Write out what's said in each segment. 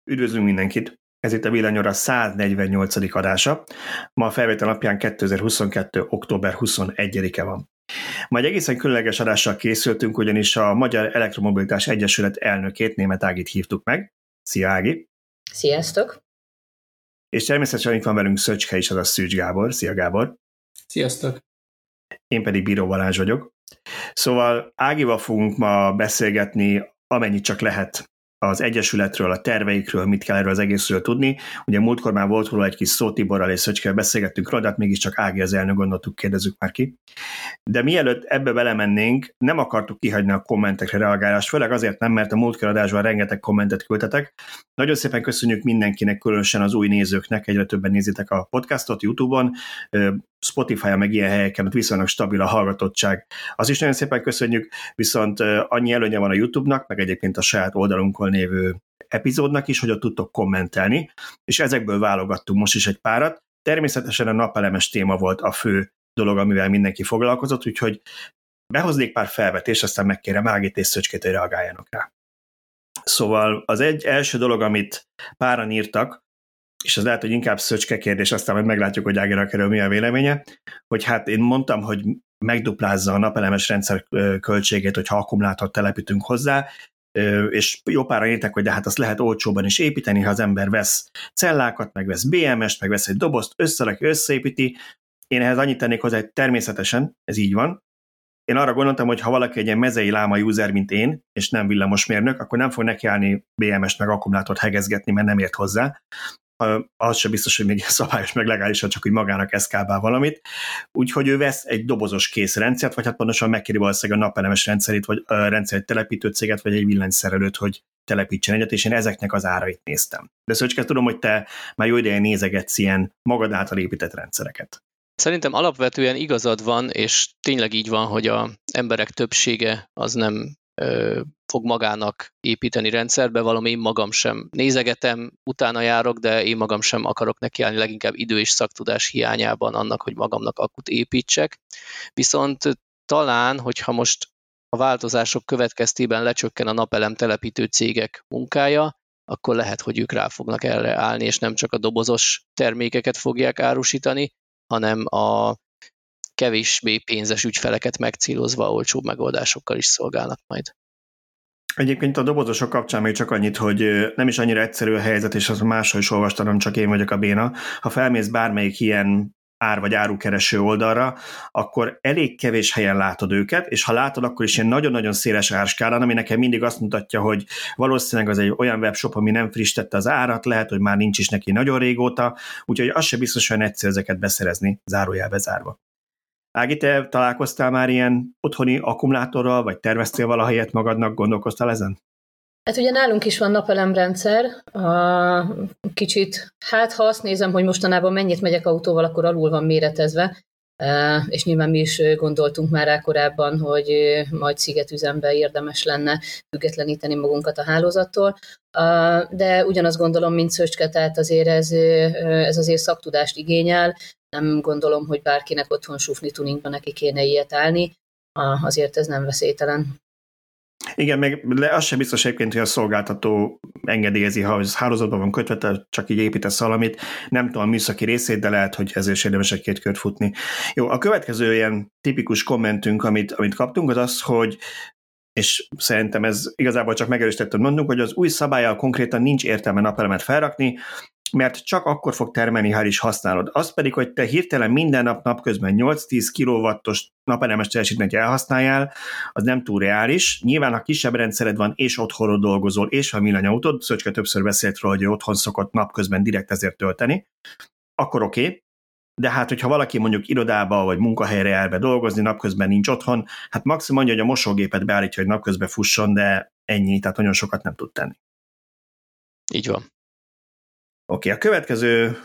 Üdvözlünk mindenkit! Ez itt a Villanyóra 148. adása. Ma a felvétel napján 2022. október 21-e van. Ma egy egészen különleges adással készültünk, ugyanis a Magyar Elektromobilitás Egyesület elnökét, Németh Ágit hívtuk meg. Szia Ági! Sziasztok! És természetesen itt van velünk Szöcske is, azaz Szűcs Gábor. Szia Gábor! Sziasztok! Én pedig Bíró Balázs vagyok. Szóval Ágival fogunk ma beszélgetni, amennyit csak lehet az Egyesületről, a terveikről, mit kell erről az egészről tudni. Ugye múltkor már volt róla egy kis szó, Tiborral és Szöcskével beszélgettünk róla, de hát mégiscsak Ági az elnök, gondoltuk, kérdezzük már ki. De mielőtt ebbe belemennénk, nem akartuk kihagyni a kommentekre reagálást, főleg azért nem, mert a múltkor adásban rengeteg kommentet küldtetek. Nagyon szépen köszönjük mindenkinek, különösen az új nézőknek, egyre többen nézitek a podcastot YouTube-on, Spotify-on, meg ilyen helyeken, ott viszonylag stabil a hallgatottság. Azt is nagyon szépen köszönjük, viszont annyi előnye van a YouTube-nak, meg egyébként a saját oldalunkon lévő epizódnak is, hogy ott tudtok kommentelni, és ezekből válogattunk most is egy párat. Természetesen a napelemes téma volt a fő dolog, amivel mindenki foglalkozott, úgyhogy behoznék pár felvetést, aztán megkérem Ágit és Szöcskét, hogy reagáljanak rá. Szóval az első dolog, amit páran írtak, és az lehet, hogy inkább Szöcske kérdés, aztán majd meglátjuk, hogy Áginak erről mi a véleménye, hogy hát én mondtam, hogy megduplázza a napelemes rendszer költségét, hogyha akkumulátort telepítünk hozzá, és jó páran írták, hogy de hát azt lehet olcsóban is építeni, ha az ember vesz cellákat, meg vesz BMS-t, meg vesz egy dobozt, összerakja, összeépíti. Én ehhez annyit tennék hozzá, hogy természetesen ez így van. Én arra gondoltam, hogy ha valaki egy ilyen mezei láma user, mint én, és nem villamosmérnök, akkor nem fog nekiállni BMS-t meg akkumulátort hegezgetni, mert nem ért hozzá. Az sem biztos, hogy még szabályos, meg legálisan, csak úgy magának eszkábál valamit. Úgyhogy ő vesz egy dobozos készrendszert, vagy hát pontosan megkéri valószínűleg a napelemes rendszerét, vagy a rendszert telepítő céget, vagy egy villanyszerelőt, hogy telepítsen egyet, és én ezeknek az árait néztem. De Szöcske, tudom, hogy te már jó ideje nézegetsz ilyen magad által épített rendszereket. Szerintem alapvetően igazad van, és tényleg így van, hogy az emberek többsége az nem fog magának építeni rendszerbe, valami én magam sem nézegetem, utána járok, de én magam sem akarok nekiállni, leginkább idő és szaktudás hiányában annak, hogy magamnak akut építsek. Viszont talán, hogyha most a változások következtében lecsökken a napelem telepítő cégek munkája, akkor lehet, hogy ők rá fognak erre állni, és nem csak a dobozos termékeket fogják árusítani, hanem a kevésbé pénzes ügyfeleket megcélozva olcsóbb megoldásokkal is szolgálnak majd. Egyébként a dobozosok kapcsán még csak annyit, hogy nem is annyira egyszerű a helyzet, és azt máshol is olvastam, nem csak én vagyok a béna. Ha felmész bármelyik ilyen ár vagy árukereső oldalra, akkor elég kevés helyen látod őket, és ha látod, akkor is ilyen nagyon-nagyon széles árskálán, ami nekem mindig azt mutatja, hogy valószínűleg az egy olyan webshop, ami nem frissítette az árat, lehet, hogy már nincs is neki nagyon régóta, úgyhogy az se biztos, hogy egyszerű ezeket beszerezni, zárójelbe zárva. Ági, te találkoztál már ilyen otthoni akkumulátorral, vagy terveztél valahelyet magadnak, gondolkoztál ezen? Hát ugye nálunk is van napelemrendszer, kicsit, hát ha azt nézem, hogy mostanában mennyit megyek autóval, akkor alul van méretezve, és nyilván mi is gondoltunk már rá korábban, hogy majd szigetüzemben érdemes lenne függetleníteni magunkat a hálózattól, de ugyanazt gondolom, mint Szöcske, tehát azért ez azért szaktudást igényel, nem gondolom, hogy bárkinek otthon sufni tuningban neki kéne ilyet állni, azért ez nem veszélytelen. Igen, meg az sem biztos egyébként, hogy a szolgáltató engedélyezi, ha az hálózatban van kötve, te csak így építesz valamit, nem tudom a műszaki részét, de lehet, hogy ezért is érdemes egy-két kört futni. Jó, a következő ilyen tipikus kommentünk, amit kaptunk, az az, hogy és szerintem ez igazából csak megerősített, mondunk, hogy az új szabállyal konkrétan nincs értelme napelemet felrakni, mert csak akkor fog termelni, ha is használod. Az pedig, hogy te hirtelen minden nap napközben 8-10 kW-os napelemes teljesítményt elhasználjál, az nem túl reális. Nyilván, ha kisebb rendszered van, és otthonról dolgozol, és ha villanyautód, Szöcske többször beszélt róla, hogy otthon szokott napközben direkt ezért tölteni, akkor oké. De hát, hogyha valaki mondjuk irodába vagy munkahelyre jár be dolgozni, napközben nincs otthon, hát maximum mondja, hogy a mosógépet beállítja, hogy napközben fusson, de ennyi, tehát nagyon sokat nem tud tenni. Így van. Oké, a következő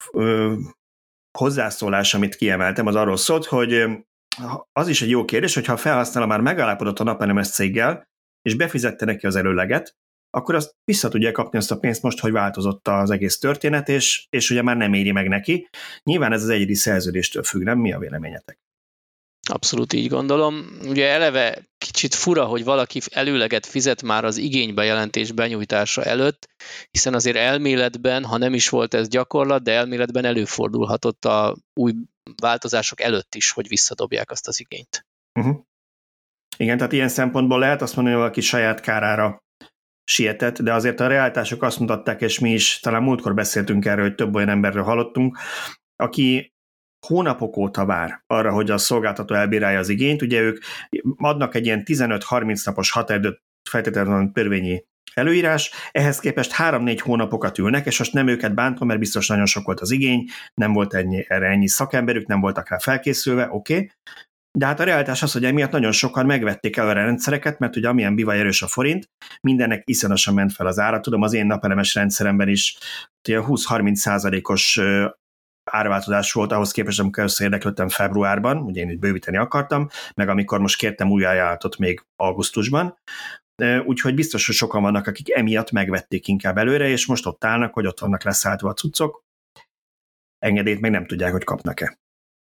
hozzászólás, amit kiemeltem, az arról szólt, hogy az is egy jó kérdés, hogy ha a felhasználó már megállapodott a napelemes céggel, és befizette neki az előleget, akkor azt vissza tudja kapni azt a pénzt most, hogy változott az egész történet, és ugye már nem éri meg neki. Nyilván ez az egyedi szerződéstől függ, nem? Mi a véleményetek? Abszolút így gondolom. Ugye eleve kicsit fura, hogy valaki előleget fizet már az igénybejelentés benyújtása előtt, hiszen azért elméletben, ha nem is volt ez gyakorlat, de elméletben előfordulhatott a új változások előtt is, hogy visszadobják azt az igényt. Igen, tehát ilyen szempontból lehet azt mondani, hogy valaki saját kárára sietett, de azért a realitások azt mutatták, és mi is talán múltkor beszéltünk erről, hogy több olyan emberről hallottunk, aki hónapok óta vár arra, hogy a szolgáltató elbírálja az igényt. Ugye ők adnak egy ilyen 15-30 napos határidőt, feltétlenül törvényi előírás, ehhez képest 3-4 hónapokat ülnek, és most nem őket bántom, mert biztos nagyon sok volt az igény, nem volt erre ennyi szakemberük, nem voltak rá felkészülve, oké. De hát a realitás az, hogy emiatt nagyon sokan megvették el a rendszereket, mert ugye amilyen bivaj erős a forint, mindennek iszonyatosan ment fel az ára. Tudom, az én napelemes rendszeremben is 20-30%-os árváltozás volt ahhoz képest, amikor összeérdeklődtem februárban, ugye én itt bővíteni akartam, meg amikor most kértem új ajánlatot még augusztusban, úgyhogy biztos, hogy sokan vannak, akik emiatt megvették inkább előre, és most ott állnak, hogy ott vannak leszálltva a cuccok, engedélyt meg nem tudják, hogy kapnak-e.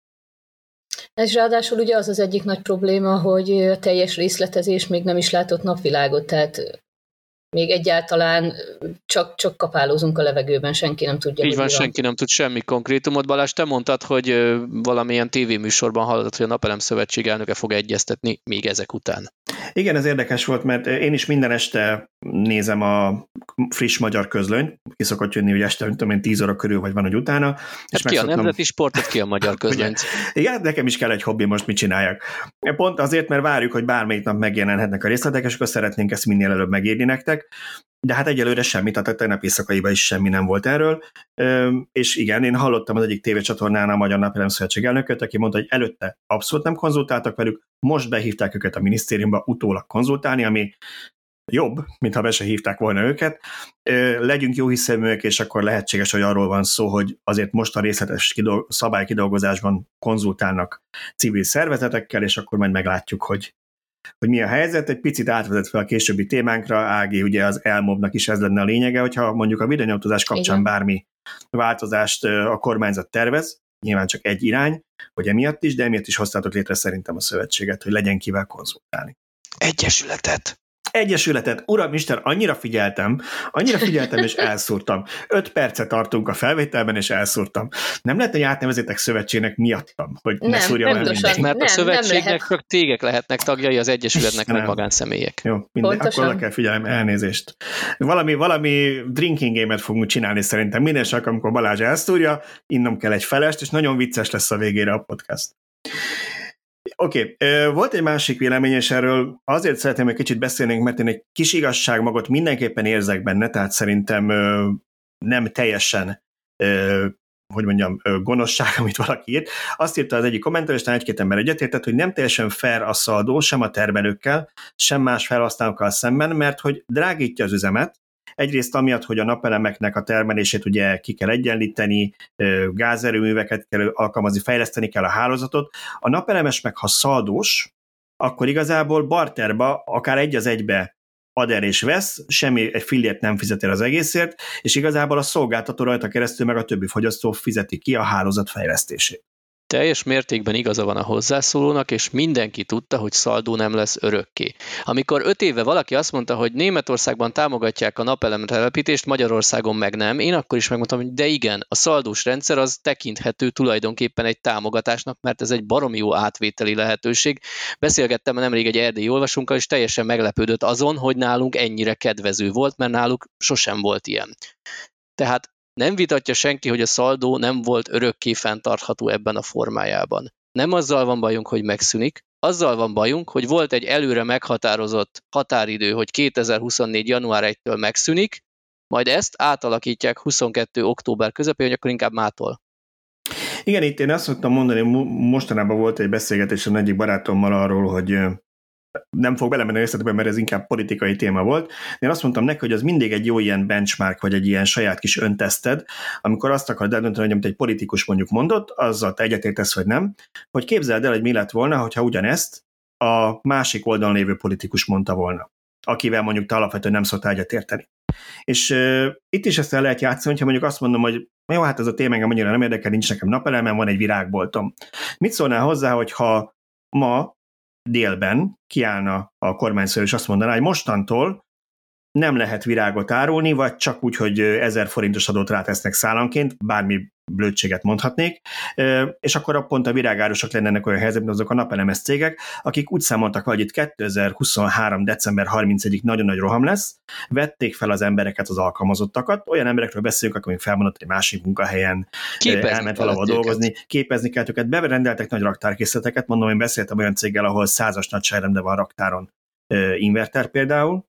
És ráadásul ugye az egyik nagy probléma, hogy a teljes részletezés még nem is látott napvilágot, tehát még egyáltalán csak kapálózunk a levegőben, senki nem tudja. Így van, senki nem tud semmi konkrétumot. Balázs, te mondtad, hogy valamilyen tévéműsorban hallottad, hogy a Napelem Szövetség elnöke fog egyeztetni még ezek után. Igen, ez érdekes volt, mert én is minden este nézem a friss magyar közlönyt, ki szokott jönni, hogy este, tudom én, 10 óra körül, vagy van, hogy utána. Hát és ki a nemzeti sportot, ki a magyar közlönyt? Igen, nekem is kell egy hobbi, most mit csináljak. Pont azért, mert várjuk, hogy bármelyik nap megjelenhetnek a részletek, és akkor szeretnénk ezt minél előbb megírni nektek. De hát egyelőre semmit, tehát tegnap éjszakaiban is semmi nem volt erről. És igen, én hallottam az egyik tévécsatornán a Magyar Napelem Szövetség elnököt, aki mondta, hogy előtte abszolút nem konzultáltak velük, most behívták őket a minisztériumba utólag konzultálni, ami jobb, mintha be se hívták volna őket. Legyünk jó hiszeműek, és akkor lehetséges, hogy arról van szó, hogy azért most a részletes szabálykidolgozásban konzultálnak civil szervezetekkel, és akkor majd meglátjuk, hogy mi a helyzet. Egy picit átvezetve a későbbi témánkra, Ági, ugye az elmobnak is ez lenne a lényege, hogyha mondjuk a videónyomtatás kapcsán bármi változást a kormányzat tervez, nyilván csak egy irány, hogy emiatt is, de emiatt is hoztátok létre szerintem a szövetséget, hogy legyen kivel konzultálni. Egyesületet, uramisten, annyira figyeltem, és elszúrtam. 5 percet tartunk a felvételben, és elszúrtam. Nem lehet, hogy átnevezitek szövetségnek miattam, hogy ne szúrjam el mindenki. Mert a szövetségnek csak tégek lehetnek tagjai, az egyesületnek meg magánszemélyek. Jó, akkor oda kell figyelni, elnézést. Valami drinking game-et fogunk csinálni szerintem. Minden csak, amikor Balázs elszúrja, innom kell egy felest, és nagyon vicces lesz a végére a podcast. Oké, volt egy másik vélemény, és erről azért szeretném, hogy kicsit beszélnénk, mert én egy kis igazságmagot mindenképpen érzek benne, tehát szerintem nem teljesen, gonoszság, amit valaki írt. Azt írta az egyik kommentelő, és egy-két ember egyetértett, hogy nem teljesen fair a szaldó, sem a termelőkkel, sem más felhasználókkal szemben, mert hogy drágítja az üzemet, egyrészt amiatt, hogy a napelemeknek a termelését ugye ki kell egyenlíteni, gázerőműveket kell alkalmazni, fejleszteni kell a hálózatot. A napelemes meg, ha szaldós, akkor igazából barterba akár egy az egybe ad el és vesz, semmi egy fillért nem fizet el az egészért, és igazából a szolgáltató rajta keresztül meg a többi fogyasztó fizeti ki a hálózat fejlesztését. Teljes mértékben igaza van a hozzászólónak, és mindenki tudta, hogy szaldó nem lesz örökké. Amikor 5 éve valaki azt mondta, hogy Németországban támogatják a napelem telepítést, Magyarországon meg nem, én akkor is megmondtam, hogy de igen, a szaldós rendszer az tekinthető tulajdonképpen egy támogatásnak, mert ez egy baromi jó átvételi lehetőség. Beszélgettem nemrég egy erdélyi olvasónkkal, és teljesen meglepődött azon, hogy nálunk ennyire kedvező volt, mert náluk sosem volt ilyen. Tehát nem vitatja senki, hogy a szaldó nem volt örökké fenntartható ebben a formájában. Nem azzal van bajunk, hogy megszűnik, azzal van bajunk, hogy volt egy előre meghatározott határidő, hogy 2024. január 1-től megszűnik, majd ezt átalakítják 22. október közepén, hogy akkor inkább mától. Igen, itt én azt szoktam mondani, mostanában volt egy beszélgetés az egyik barátommal arról, hogy nem fog belemenni részletekbe, mert ez inkább politikai téma volt. Én azt mondtam neki, hogy az mindig egy jó ilyen benchmark, vagy egy ilyen saját kis önteszted, amikor azt akarod eldönteni, hogy amit egy politikus mondjuk mondott, azzal te egyetértesz, vagy nem, hogy képzeld el, hogy mi lett volna, hogyha ugyanezt a másik oldalon lévő politikus mondta volna, akivel mondjuk te alapvetően nem szoktál egyetérteni. És itt is ezt el lehet játszani, hogyha mondjuk azt mondom, hogy jó, hát ez a téma engem annyira nem érdekel, nincs nekem napelemen, van egy virágboltom. Mit szólnál hozzá, hogyha ma délben kiállna a kormányfő, és azt mondaná, hogy mostantól nem lehet virágot árulni, vagy csak úgy, hogy 1000 forintos adót rátesznek szálanként, bármi blödséget mondhatnék, és akkor pont a virágárusok lennének olyan helyzetben, azok a napelemes cégek, akik úgy számoltak, hogy itt 2023. december 31-ig nagyon nagy roham lesz, vették fel az embereket, az alkalmazottakat, olyan emberekről beszélünk, akik felmondott egy másik munkahelyen, elment valahol dolgozni, képezni kellett őket, berendeltek nagy raktárkészleteket, mondom, én beszéltem olyan céggel, ahol 100-as nagyságrendben van raktáron inverter például,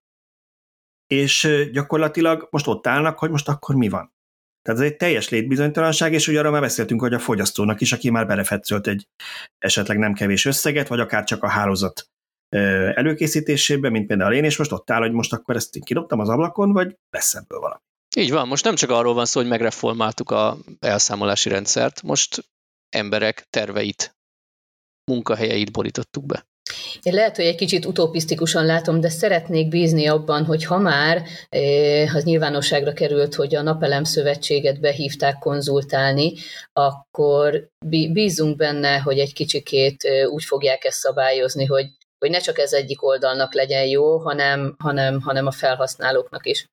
és gyakorlatilag most ott állnak, hogy most akkor mi van. Tehát ez egy teljes létbizonytalanság, és ugye arra már beszéltünk, hogy a fogyasztónak is, aki már belefetszölt egy esetleg nem kevés összeget, vagy akár csak a hálózat előkészítésében, mint például én, és most ott áll, hogy most akkor ezt kidobtam az ablakon, vagy lesz ebből valami. Így van, most nem csak arról van szó, hogy megreformáltuk a elszámolási rendszert, most emberek terveit, munkahelyeit borítottuk be. Én lehet, hogy egy kicsit utopisztikusan látom, de szeretnék bízni abban, hogy ha már az nyilvánosságra került, hogy a Napelem Szövetséget behívták konzultálni, akkor bízunk benne, hogy egy kicsikét úgy fogják ezt szabályozni, hogy ne csak ez egyik oldalnak legyen jó, hanem a felhasználóknak is.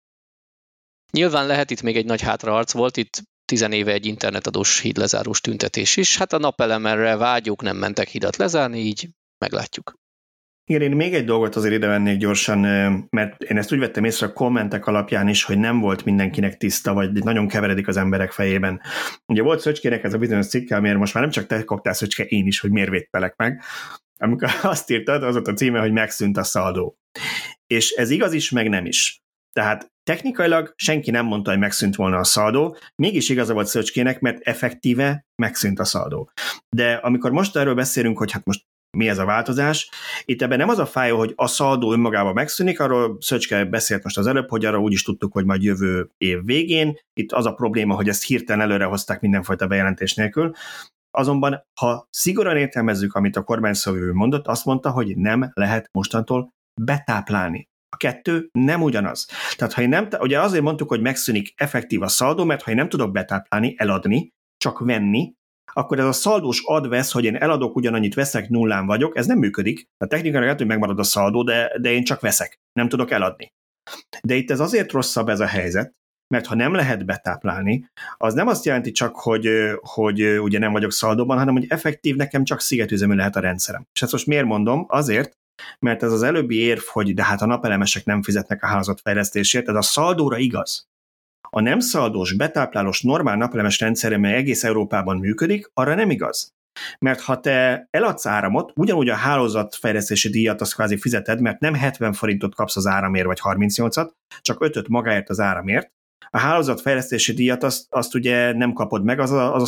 Nyilván lehet itt még egy nagy hátraharc volt, itt 10 éve egy internetadós hídlezárós tüntetés is. Hát a napelemerre vágyók nem mentek hidat lezárni, így meglátjuk. Igen, én még egy dolgot azért ide vennék gyorsan, mert én ezt úgy vettem észre a kommentek alapján is, hogy nem volt mindenkinek tiszta, vagy nagyon keveredik az emberek fejében. Ugye volt Szöcskének ez a bizonyos cikke, amiért most már nem csak te kaptál, Szöcske, én is, hogy miért védtelek meg, amikor azt írtad, az ott a címe, hogy megszűnt a szaldó. És ez igaz is, meg nem is. Tehát technikailag senki nem mondta, hogy megszűnt volna a szaldó, mégis igaza volt Szöcskének, mert effektíve megszűnt a szaldó. De amikor most erről beszélünk, hogy hát most mi ez a változás, itt ebben nem az a fájó, hogy a szaldó önmagában megszűnik, arról Szöcske beszélt most az előbb, hogy arra úgy is tudtuk, hogy majd jövő év végén. Itt az a probléma, hogy ezt hirtelen előre hozták mindenfajta bejelentés nélkül. Azonban, ha szigorúan értelmezzük, amit a kormányszóvivő mondott, azt mondta, hogy nem lehet mostantól betáplálni. A kettő nem ugyanaz. Tehát, ha én nem, ugye azért mondtuk, hogy megszűnik effektív a szaldó, mert ha én nem tudok betáplálni, eladni, csak venni, akkor ez a szaldós ad-vesz, hogy én eladok ugyanannyit, veszek, nullán vagyok, ez nem működik. Tehát technikailag lehet, hogy megmarad a szaldó, de én csak veszek, nem tudok eladni. De itt ez azért rosszabb ez a helyzet, mert ha nem lehet betáplálni, az nem azt jelenti csak, hogy ugye nem vagyok szaldóban, hanem hogy effektív nekem csak szigetüzemű lehet a rendszerem. És ezt most miért mondom? Azért, mert ez az előbbi érv, hogy de hát a napelemesek nem fizetnek a hálózatfejlesztésért, ez a szaldóra igaz. A nem szaldós, betáplálós, normál napelemes rendszerre, mely egész Európában működik, arra nem igaz. Mert ha te eladsz áramot, ugyanúgy a hálózatfejlesztési díjat azt kvázi fizeted, mert nem 70 forintot kapsz az áramért, vagy 38-at, csak 5-öt magáért az áramért. A hálózatfejlesztési díjat azt ugye nem kapod meg, az a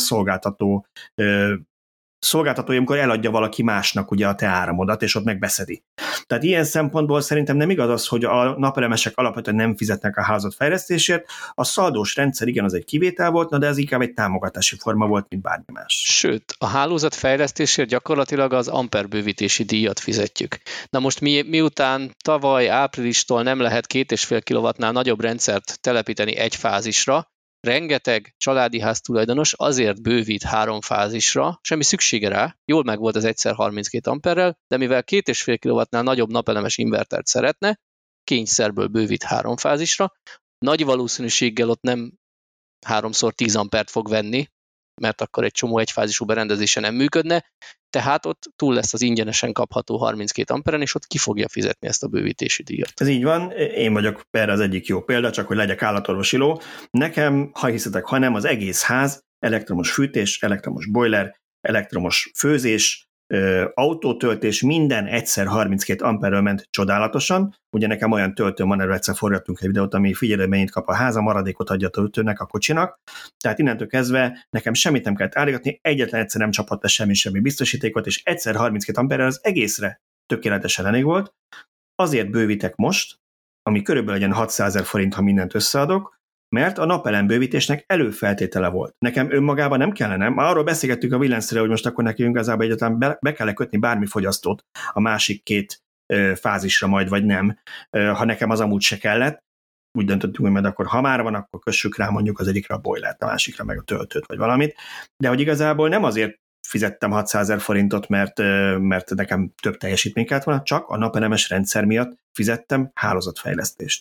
szolgáltatója, amikor eladja valaki másnak ugye a te áramodat, és ott megbeszedi. Tehát ilyen szempontból szerintem nem igaz az, hogy a napelemesek alapvetően nem fizetnek a hálózatfejlesztésért. A szaldós rendszer igen, az egy kivétel volt, de ez inkább egy támogatási forma volt, mint bármi más. Sőt, a hálózatfejlesztésért gyakorlatilag az amperbővítési díjat fizetjük. Na most miután tavaly áprilistól nem lehet 2,5 kW-nál nagyobb rendszert telepíteni egy fázisra, rengeteg családi ház tulajdonos azért bővít 3 fázisra, semmi szüksége rá, jól meg volt az egyszer 32 amperrel, de mivel 2,5 kW-nál nagyobb napelemes invertert szeretne, kényszerből bővít 3 fázisra, nagy valószínűséggel ott nem 3x10 ampert fog venni, mert akkor egy csomó egyfázisú berendezése nem működne, tehát ott túl lesz az ingyenesen kapható 32 amperen, és ott ki fogja fizetni ezt a bővítési díjat. Ez így van, én vagyok erre az egyik jó példa, csak hogy legyek állatorvosi ló. Nekem, ha hiszitek, ha nem, az egész ház, elektromos fűtés, elektromos boiler, elektromos főzés, autótöltés, minden egyszer 32 amperről ment csodálatosan. Ugye nekem olyan töltőm van, erről egyszer forgattunk egy videót, ami figyelő, mennyit kap a ház, a maradékot adja a töltőnek, a kocsinak. Tehát innentől kezdve nekem semmit nem kellett állítani, egyetlen egyszer nem csapott le semmi biztosítékot, és egyszer 32 amperrel az egészre tökéletesen elég volt. Azért bővítek most, ami körülbelül legyen 600 000 forint, ha mindent összeadok, mert a napelem bővítésnek előfeltétele volt. Nekem önmagában nem kellene, már arról beszélgettük a villanszerre, hogy most akkor nekünk igazából egyáltalán be kell kötni bármi fogyasztót a másik 2 fázisra majd, vagy nem, ha nekem az amúgy se kellett. Úgy döntöttünk, hogy majd akkor ha már van, akkor kössük rá mondjuk az egyikre a boilert, a másikra meg a töltőt, vagy valamit. De hogy igazából nem azért fizettem 600 000 forintot, mert nekem több teljesítmény kellett volna, csak a napelemes rendszer miatt fizettem hálózatfejlesztést.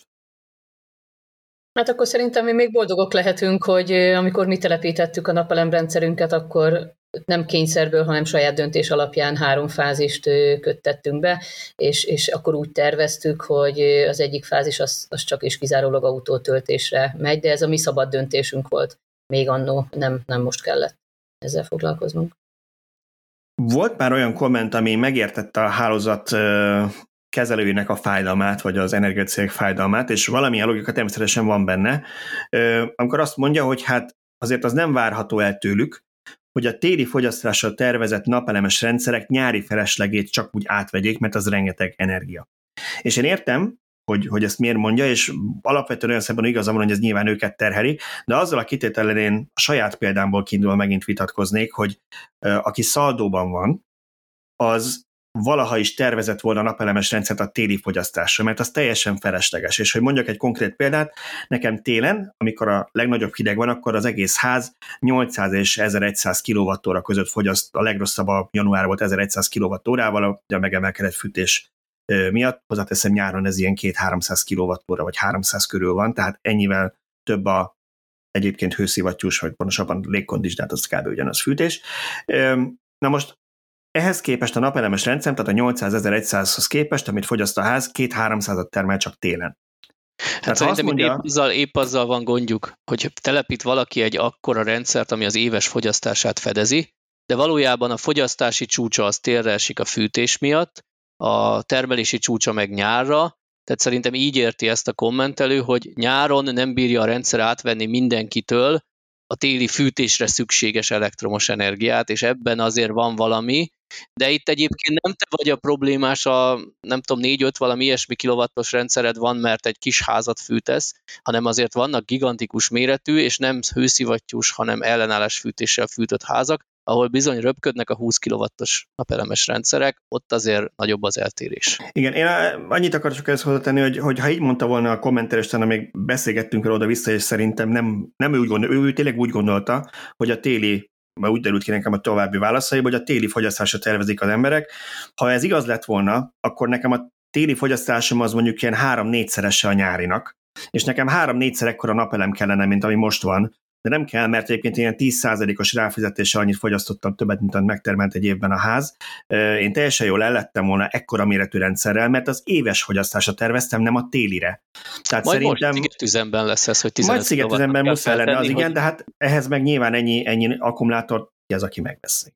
Hát akkor szerintem mi még boldogok lehetünk, hogy amikor mi telepítettük a napelemrendszerünket, akkor nem kényszerből, hanem saját döntés alapján 3 fázist köttettünk be, és akkor úgy terveztük, hogy az egyik fázis az csak és kizárólag autótöltésre megy, de ez a mi szabad döntésünk volt. Még annó nem most kellett ezzel foglalkoznunk. Volt már olyan komment, ami megértette a hálózat kezelőjének a fájdalmát, vagy az energiacégek fájdalmát, és valamilyen logika természetesen van benne, amikor azt mondja, hogy hát azért az nem várható el tőlük, hogy a téli fogyasztásra tervezett napelemes rendszerek nyári feleslegét csak úgy átvegyék, mert az rengeteg energia. És én értem, hogy ezt miért mondja, és alapvetően olyan szemben igazam van, hogy ez nyilván őket terheli, de azzal a kitétellel én a saját példámból kiindulva megint vitatkoznék, hogy aki szaldóban van, az valaha is tervezett volna napelemes rendszert a téli fogyasztásra, mert az teljesen felesleges. És hogy mondjak egy konkrét példát, nekem télen, amikor a legnagyobb hideg van, akkor az egész ház 800 és 1100 kWh között fogyaszt, a legrosszabb a január volt 1100 kWh-val, a megemelkedett fűtés miatt, hozzáteszem nyáron ez ilyen 200-300 kWh vagy 300 körül van, tehát ennyivel több a egyébként hőszivattyús, vagy pontosabban légkondizsnált, az kb. Ugyanaz fűtés. Na most ehhez képest a napelemes rendszer, tehát a 800-1100-hoz képest, amit fogyaszt a ház, 200-300-at termel csak télen. Hát szerintem mondja, épp azzal van gondjuk, hogy telepít valaki egy akkora rendszert, ami az éves fogyasztását fedezi, de valójában a fogyasztási csúcsa az térre esik a fűtés miatt, a termelési csúcsa meg nyárra, tehát szerintem így érti ezt a kommentelő, hogy nyáron nem bírja a rendszer átvenni mindenkitől a téli fűtésre szükséges elektromos energiát, és ebben azért van valami, de itt egyébként nem te vagy a problémás, nem tudom, 4-5 valami ilyesmi kilowattos rendszered van, mert egy kis házat fűtesz, hanem azért vannak gigantikus méretű, és nem hőszivattyús, hanem ellenállás fűtéssel fűtött házak, ahol bizony röpködnek a 20 kW-os napelemes rendszerek, ott azért nagyobb az eltérés. Igen, én annyit akarok csak ezt hozzátenni, hogy ha így mondta volna a kommenteres, talán még beszélgettünk oda-vissza, és szerintem nem ő úgy gondolta, ő tényleg úgy gondolta, hogy a téli, mert úgy derült ki nekem a további válaszaiból, hogy a téli fogyasztásra tervezik az emberek. Ha ez igaz lett volna, akkor nekem a téli fogyasztásom az mondjuk ilyen 3-4-szerese a nyárinak, és nekem 3-4-szer ekkora napelem kellene, mint ami most van, de nem kell, mert egyébként ilyen 10%-os ráfizetéssel annyit fogyasztottam többet, mint amit megtermelt egy évben a ház. Én teljesen jól ellettem volna ekkora méretű rendszerrel, mert az éves fogyasztásra terveztem, nem a télire. Tehát majd szerintem most szigetüzemben lesz ez, hogy 15 majd szigetüzemben muszáj lenne, az igen, hogy... de hát ehhez meg nyilván ennyi akkumulátor, az, aki megvesz.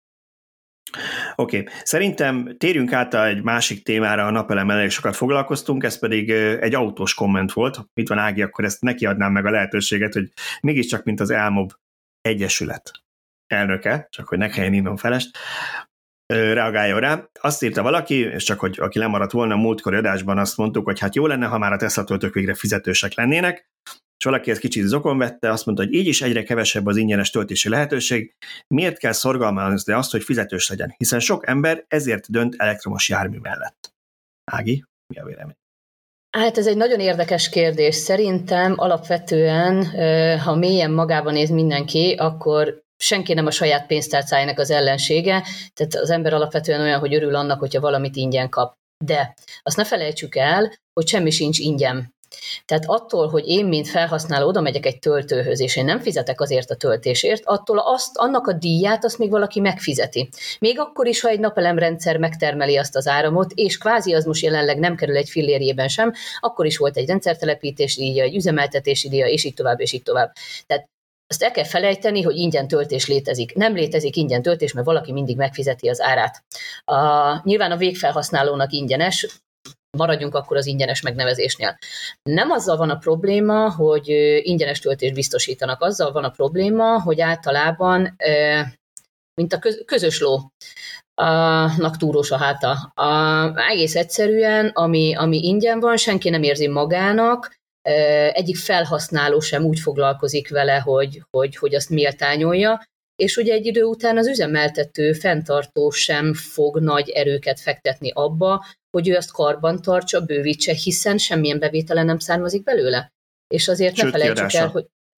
Oké. Szerintem térjünk át egy másik témára, a napelemmel elég sokat foglalkoztunk, ez pedig egy autós komment volt. Itt van Ági, akkor ezt neki adnám meg a lehetőséget, hogy mégiscsak, mint az Elmob Egyesület elnöke, csak hogy ne kelljen innom felest, reagáljon rá. Azt írta valaki, és csak hogy aki lemaradt volna, a múltkori adásban azt mondtuk, hogy hát jó lenne, ha már a Tesla töltők végre fizetősek lennének, és valaki ezt kicsit zokon vette, azt mondta, hogy így is egyre kevesebb az ingyenes töltési lehetőség, miért kell szorgalmazni azt, hogy fizetős legyen, hiszen sok ember ezért dönt elektromos jármű mellett. Ági, mi a vélemény? Hát ez egy nagyon érdekes kérdés. Szerintem alapvetően, ha mélyen magában néz mindenki, akkor senki nem a saját pénztárcájának az ellensége, tehát az ember alapvetően olyan, hogy örül annak, hogyha valamit ingyen kap. De azt ne felejtsük el, hogy semmi sincs ingyen. Tehát attól, hogy én, mint felhasználó oda megyek egy töltőhöz, és én nem fizetek azért a töltésért, attól annak a díját azt még valaki megfizeti. Még akkor is, ha egy napelemrendszer megtermeli azt az áramot, és kvázi az most jelenleg nem kerül egy fillérjében sem, akkor is volt egy rendszertelepítési díja, egy üzemeltetési díja, és így tovább, és így tovább. Tehát azt el kell felejteni, hogy ingyen töltés létezik. Nem létezik ingyen töltés, mert valaki mindig megfizeti az árát. Nyilván a végfelhasználónak ingyenes, maradjunk akkor az ingyenes megnevezésnél. Nem azzal van a probléma, hogy ingyenes töltést biztosítanak, azzal van a probléma, hogy általában, mint a közös lónak túrós a háta. Egész egyszerűen, ami ingyen van, senki nem érzi magának, egyik felhasználó sem úgy foglalkozik vele, hogy azt méltányolja, és ugye egy idő után az üzemeltető, fenntartó sem fog nagy erőket fektetni abba, hogy ő azt karbantartsa, bővítse, hiszen semmilyen bevétele nem származik belőle. És azért ne felejtsük el, hogy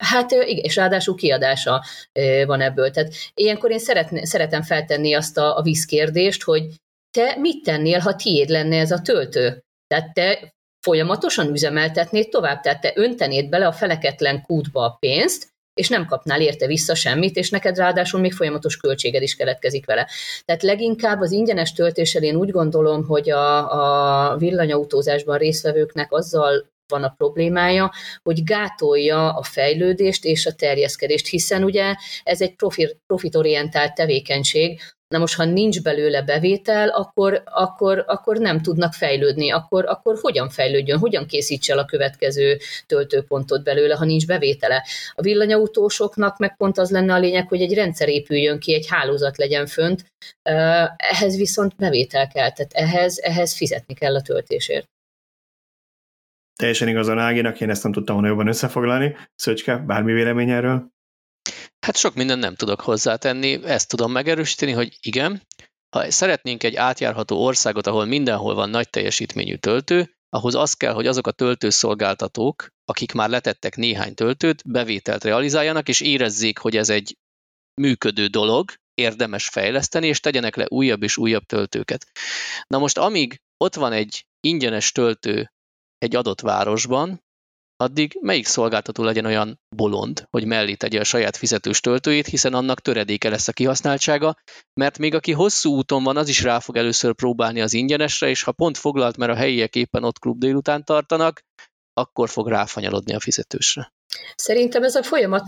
Hát igen, és ráadásul kiadása van ebből. Tehát ilyenkor én szeretem feltenni azt a vízkérdést, hogy te mit tennél, ha tiéd lenne ez a töltő? Tehát te folyamatosan üzemeltetnéd tovább, tehát te öntenéd bele a feleketlen kútba a pénzt, és nem kapnál érte vissza semmit, és neked ráadásul még folyamatos költséged is keletkezik vele. Tehát leginkább az ingyenes töltéssel én úgy gondolom, hogy a villanyautózásban résztvevőknek azzal van a problémája, hogy gátolja a fejlődést és a terjeszkedést, hiszen ugye ez egy profitorientált tevékenység. Na most, ha nincs belőle bevétel, akkor nem tudnak fejlődni. Akkor hogyan fejlődjön, hogyan készíts el a következő töltőpontot belőle, ha nincs bevétele. A villanyautósoknak meg pont az lenne a lényeg, hogy egy rendszer épüljön ki, egy hálózat legyen fönt, ehhez viszont bevétel kell, tehát ehhez fizetni kell a töltésért. Teljesen igazán Áginak, én ezt nem tudtam volna jobban összefoglalni. Szöcske, bármi vélemény erről? Hát sok mindent nem tudok hozzátenni, ezt tudom megerősíteni, hogy igen, ha szeretnénk egy átjárható országot, ahol mindenhol van nagy teljesítményű töltő, ahhoz az kell, hogy azok a töltőszolgáltatók, akik már letettek néhány töltőt, bevételt realizáljanak, és érezzék, hogy ez egy működő dolog, érdemes fejleszteni, és tegyenek le újabb és újabb töltőket. Na most, amíg ott van egy ingyenes töltő egy adott városban, addig melyik szolgáltató legyen olyan bolond, hogy mellé tegye a saját fizetős töltőjét, hiszen annak töredéke lesz a kihasználtsága, mert még aki hosszú úton van, az is rá fog először próbálni az ingyenesre, és ha pont foglalt, mert a helyiek éppen ott klub délután tartanak, akkor fog ráfanyalodni a fizetősre. Szerintem ez a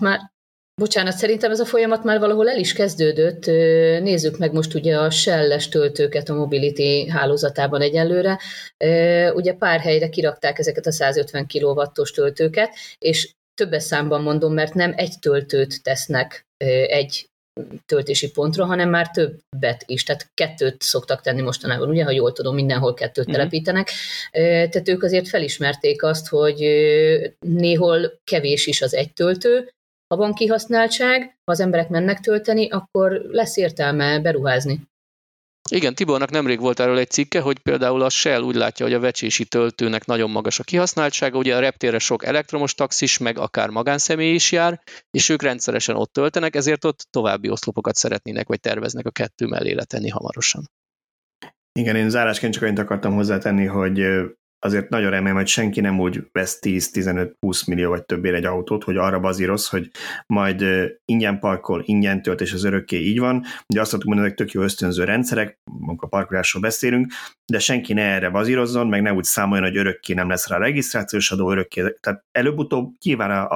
folyamat már valahol el is kezdődött. Nézzük meg most ugye a Shell-es töltőket a Mobility hálózatában egyelőre. Ugye pár helyre kirakták ezeket a 150 kW-os töltőket, és többes számban mondom, mert nem egy töltőt tesznek egy töltési pontra, hanem már többet is. Tehát 2 szoktak tenni mostanában, ugye, ha jól tudom, mindenhol 2 telepítenek. Tehát ők azért felismerték azt, hogy néhol kevés is az egy töltő. Ha van kihasználtság, ha az emberek mennek tölteni, akkor lesz értelme beruházni. Igen, Tibornak nemrég volt erről egy cikke, hogy például a Shell úgy látja, hogy a vecsési töltőnek nagyon magas a kihasználtsága, ugye a reptérre sok elektromos taxis, meg akár magánszemély is jár, és ők rendszeresen ott töltenek, ezért ott további oszlopokat szeretnének, vagy terveznek a 2 mellé letenni hamarosan. Igen, én zárásként csak annyit akartam hozzátenni, hogy azért nagyon remélem, hogy senki nem úgy vesz 10-15-20 millió vagy többére egy autót, hogy arra bazíroz, hogy majd ingyen parkol, ingyen tölt, és az örökké így van. Ugye azt szoktuk mondani, hogy tök jó ösztönző rendszerek, amikor parkolásról beszélünk, de senki ne erre bazírozzon, meg ne úgy számoljon, hogy örökké nem lesz rá regisztrációs adó, örökké. Tehát előbb-utóbb nyilván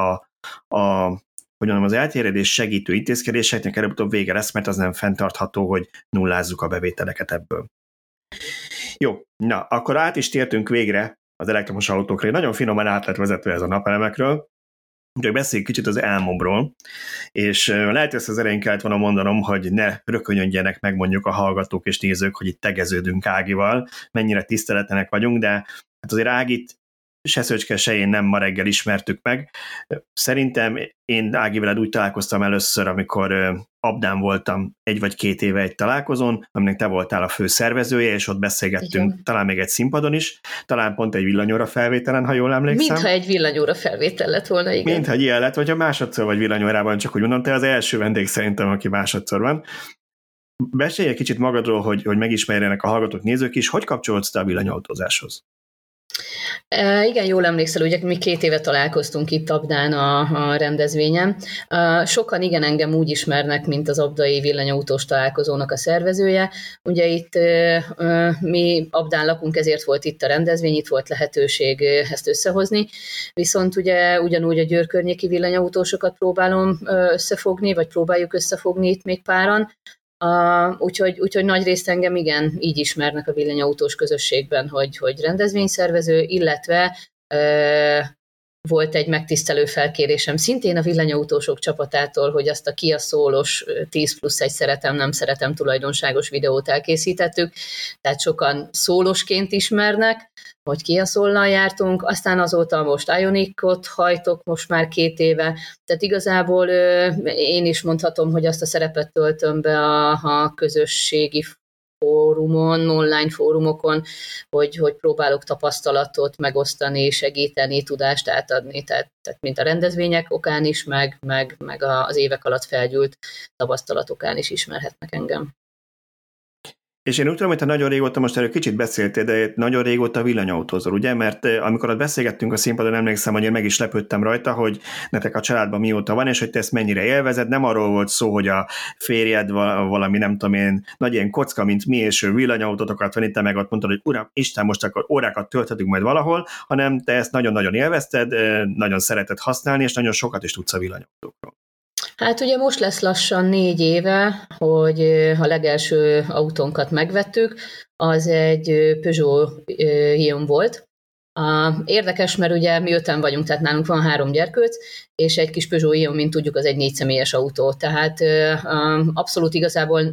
az elterjedés segítő intézkedéseknek előbb-utóbb vége lesz, mert az nem fenntartható, hogy nullázzuk a bevételeket ebből. Jó, na, akkor át is tértünk végre az elektromos autókra. Nagyon finoman át lett vezetve ez a napelemekről. Úgyhogy beszéljünk kicsit az elmobról, és lehet ezt az elején kellett volna mondanom, hogy ne rökönyödjenek meg mondjuk a hallgatók és nézők, hogy itt tegeződünk Ágival, mennyire tiszteletlenek vagyunk, de hát azért Ágit se Szöcske, se én nem ma reggel ismertük meg. Szerintem én Ági veled úgy találkoztam először, amikor Abdán voltam 1 vagy 2 éve egy találkozón, aminek te voltál a fő szervezője, és ott beszélgettünk, igen, talán még egy színpadon is, talán pont egy villanyóra felvételen, ha jól emlékszem. Mintha egy villanyóra felvétel lett volna, igen. Mintha ilyen lett, vagy ha másodszor vagy villanyórában, csak úgy mondom, te az első vendég szerintem, aki másodszor van. Beszélj egy kicsit magadról, hogy megismerjenek a hallgatók, nézők is, hogy kapcsolódsz te a villanyautózáshoz? Igen, jól emlékszel, ugye mi 2 éve találkoztunk itt Abdán a rendezvényen. Sokan igen engem úgy ismernek, mint az abdai villanyautós találkozónak a szervezője. Ugye itt mi Abdán lakunk, ezért volt itt a rendezvény, itt volt lehetőség ezt összehozni. Viszont ugye ugyanúgy a Győr környéki villanyautósokat próbálom összefogni, vagy próbáljuk összefogni itt még páran. Úgyhogy nagy részt engem igen, így ismernek a villanyautós közösségben, hogy rendezvényszervező, illetve volt egy megtisztelő felkérésem szintén a villanyautósok csapatától, hogy azt a Kia Soul-os 10+1 szeretem, nem szeretem tulajdonságos videót elkészítettük, tehát sokan Soul-osként ismernek, hogy Kia Soul-nal jártunk, aztán azóta most Ioniq-ot hajtok most már 2 éve, tehát igazából én is mondhatom, hogy azt a szerepet töltöm be a közösségi fórumon, online fórumokon, hogy próbálok tapasztalatot megosztani, segíteni, tudást átadni, tehát mint a rendezvények okán is, meg az évek alatt felgyűlt tapasztalatokán is ismerhetnek engem. És én úgy tudom, hogy te nagyon régóta, most erről kicsit beszéltél, de nagyon régóta villanyautózol, ugye? Mert amikor ott beszélgettünk a színpadon, emlékszem, hogy én meg is lepődtem rajta, hogy nektek a családban mióta van, és hogy te ezt mennyire élvezed. Nem arról volt szó, hogy a férjed valami, nem tudom én, nagy ilyen kocka, mint mi, és villanyautót akart venni, te meg ott mondtad, hogy uram, Isten, most akkor órákat tölthetünk majd valahol, hanem te ezt nagyon-nagyon élvezted, nagyon szereted használni, és nagyon sokat is tudsz a villanyautókról. Hát ugye most lesz lassan 4 éve, hogy a legelső autónkat megvettük, az egy Peugeot Ion volt. Érdekes, mert ugye mi 5-en vagyunk, tehát nálunk van 3 gyerkőc, és egy kis Peugeot Ion, mint tudjuk, az egy 4 személyes autó. Tehát abszolút igazából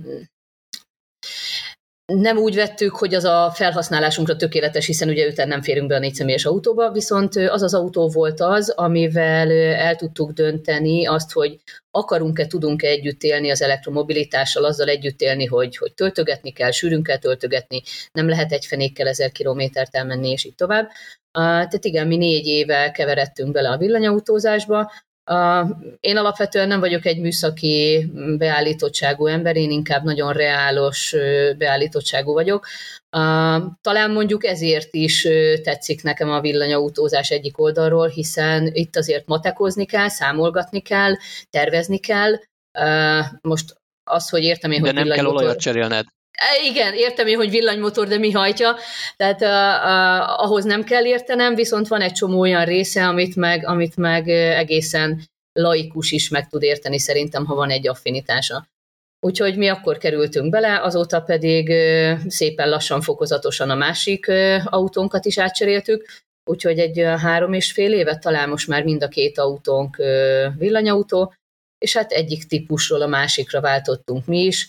nem úgy vettük, hogy az a felhasználásunkra tökéletes, hiszen ugye 5-en nem férünk be a 4 személyes autóba, viszont az autó volt az, amivel el tudtuk dönteni azt, hogy akarunk-e, tudunk-e együtt élni az elektromobilitással, azzal együtt élni, hogy töltögetni kell, sűrűn kell töltögetni, nem lehet egy fenékkel 1000 kilométert elmenni, és így tovább. Tehát igen, mi 4 éve keveredtünk bele a villanyautózásba. Én alapvetően nem vagyok egy műszaki beállítottságú ember, én inkább nagyon reálos beállítottságú vagyok. Talán mondjuk ezért is tetszik nekem a villanyautózás egyik oldalról, hiszen itt azért matekozni kell, számolgatni kell, tervezni kell. Most az, hogy értem én, de hogy nem kell olajat cserélned. Igen, értem én, hogy villanymotor, de mi hajtja, tehát ahhoz nem kell értenem, viszont van egy csomó olyan része, amit meg egészen laikus is meg tud érteni szerintem, ha van egy affinitása. Úgyhogy mi akkor kerültünk bele, azóta pedig szépen lassan, fokozatosan a másik autónkat is átcseréltük, úgyhogy egy 3,5 évet talán most már mind a 2 autónk villanyautó, és hát egyik típusról a másikra váltottunk mi is.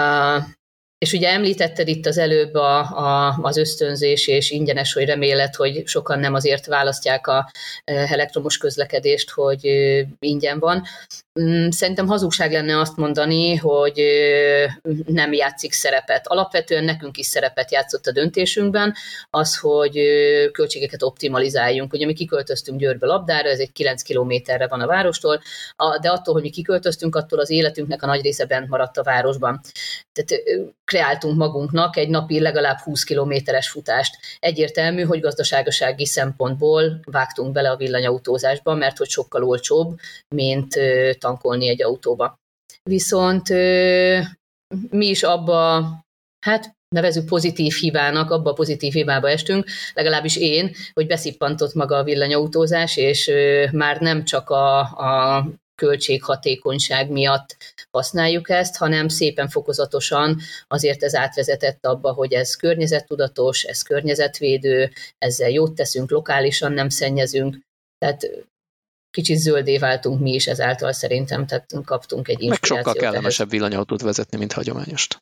És ugye említetted itt az előbb az ösztönzés és ingyenes, hogy reméled, hogy sokan nem azért választják a elektromos közlekedést, hogy ingyen van. Szerintem hazugság lenne azt mondani, hogy nem játszik szerepet. Alapvetően nekünk is szerepet játszott a döntésünkben az, hogy költségeket optimalizáljunk. Ugye mi kiköltöztünk Győrbe Labdára, ez egy 9 kilométerre van a várostól, de attól, hogy mi kiköltöztünk, attól az életünknek a nagy része bent maradt a városban. Tehát kreáltunk magunknak egy napi legalább 20 kilométeres futást. Egyértelmű, hogy gazdaságosági szempontból vágtunk bele a villanyautózásba, mert hogy sokkal olcsóbb, mint tankolni egy autóba. Viszont mi is abba, hát nevezzük pozitív hibának, abba a pozitív hibába estünk, legalábbis én, hogy beszippantott maga a villanyautózás, és már nem csak a költséghatékonyság miatt használjuk ezt, hanem szépen fokozatosan azért ez átvezetett abba, hogy ez környezettudatos, ez környezetvédő, ezzel jót teszünk, lokálisan nem szennyezünk, tehát kicsit zöldé váltunk mi is ezáltal szerintem, tehát kaptunk egy inspirációt. Meg sokkal kellemesebb villanyautót vezetni, mint hagyományost.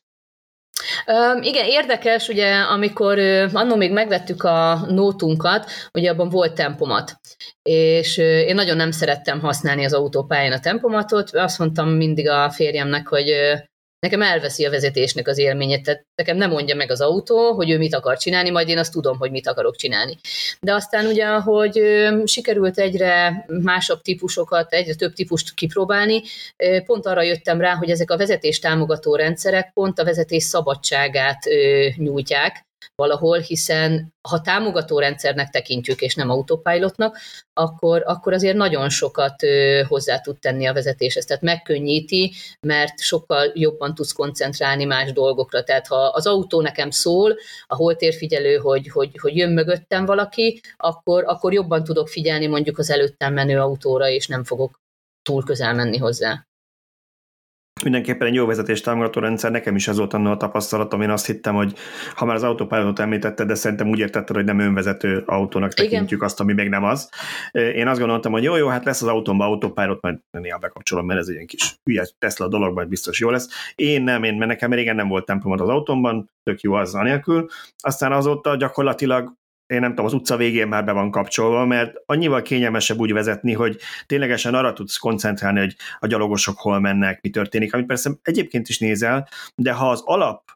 Igen, érdekes, ugye, amikor annól még megvettük a nótunkat, ugye abban volt tempomat, és én nagyon nem szerettem használni az autópályán a tempomatot, azt mondtam mindig a férjemnek, hogy nekem elveszi a vezetésnek az élményét, tehát nekem nem mondja meg az autó, hogy ő mit akar csinálni, majd én azt tudom, hogy mit akarok csinálni. De aztán ugye, ahogy sikerült egyre másabb típusokat, egyre több típust kipróbálni, pont arra jöttem rá, hogy ezek a vezetés támogató rendszerek pont a vezetés szabadságát nyújtják valahol, hiszen ha támogató rendszernek tekintjük, és nem autopilotnak, akkor azért nagyon sokat hozzá tud tenni a vezetéshez. Tehát megkönnyíti, mert sokkal jobban tudsz koncentrálni más dolgokra. Tehát ha az autó nekem szól, a holtérfigyelő, hogy jön mögöttem valaki, akkor jobban tudok figyelni mondjuk az előttem menő autóra, és nem fogok túl közel menni hozzá. Mindenképpen egy jó vezetés támogató rendszer, nekem is ez volt annól a tapasztalatom, én azt hittem, hogy ha már az autopilotot említetted, de szerintem úgy értetted, hogy nem önvezető autónak tekintjük. Igen. Azt, ami még nem az. Én azt gondoltam, hogy jó, hát lesz az autómban autopilot, majd néha bekapcsolom, mert ez egy ilyen kis hülye Tesla dolog, majd biztos jó lesz. Mert nekem régen nem volt tempomat az autómban, tök jó az anélkül. Aztán azóta gyakorlatilag én nem tudom, az utca végén már be van kapcsolva, mert annyival kényelmesebb úgy vezetni, hogy ténylegesen arra tudsz koncentrálni, hogy a gyalogosok hol mennek, mi történik, amit persze egyébként is nézel, de ha az alap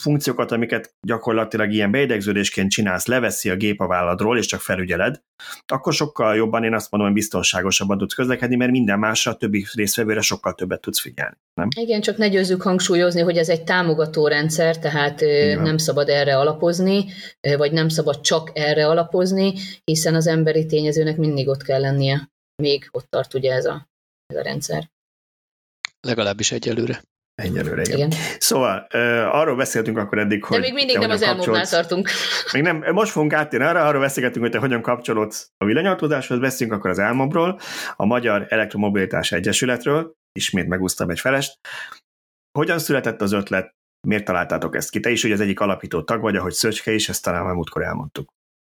funkciókat, amiket gyakorlatilag ilyen beidegződésként csinálsz, leveszi a gép a válladról, és csak felügyeled, akkor sokkal jobban, én azt mondom, hogy biztonságosabban tudsz közlekedni, mert minden másra, a többi résztvevőre sokkal többet tudsz figyelni. Nem? Igen, csak ne győzzük hangsúlyozni, hogy ez egy támogató rendszer, tehát nem szabad erre alapozni, vagy nem szabad csak erre alapozni, hiszen az emberi tényezőnek mindig ott kell lennie, még ott tart ugye ez a rendszer. Legalábbis egyelőre. Egyelőre, igen. Szóval arról beszéltünk akkor eddig, hogy... De még mindig nem az elmúltnál tartunk. Még nem, most fogunk áttérni arról beszélgetünk, hogy te hogyan kapcsolódsz a villanyautózáshoz, beszélünk akkor az Elmobról, a Magyar Elektromobilitás Egyesületről, ismét megúsztam egy felest. Hogyan született az ötlet, miért találtátok ezt ki? Te is ugye az egyik alapító tag vagy, ahogy Szöcske is, ezt talán már múltkor elmondtuk.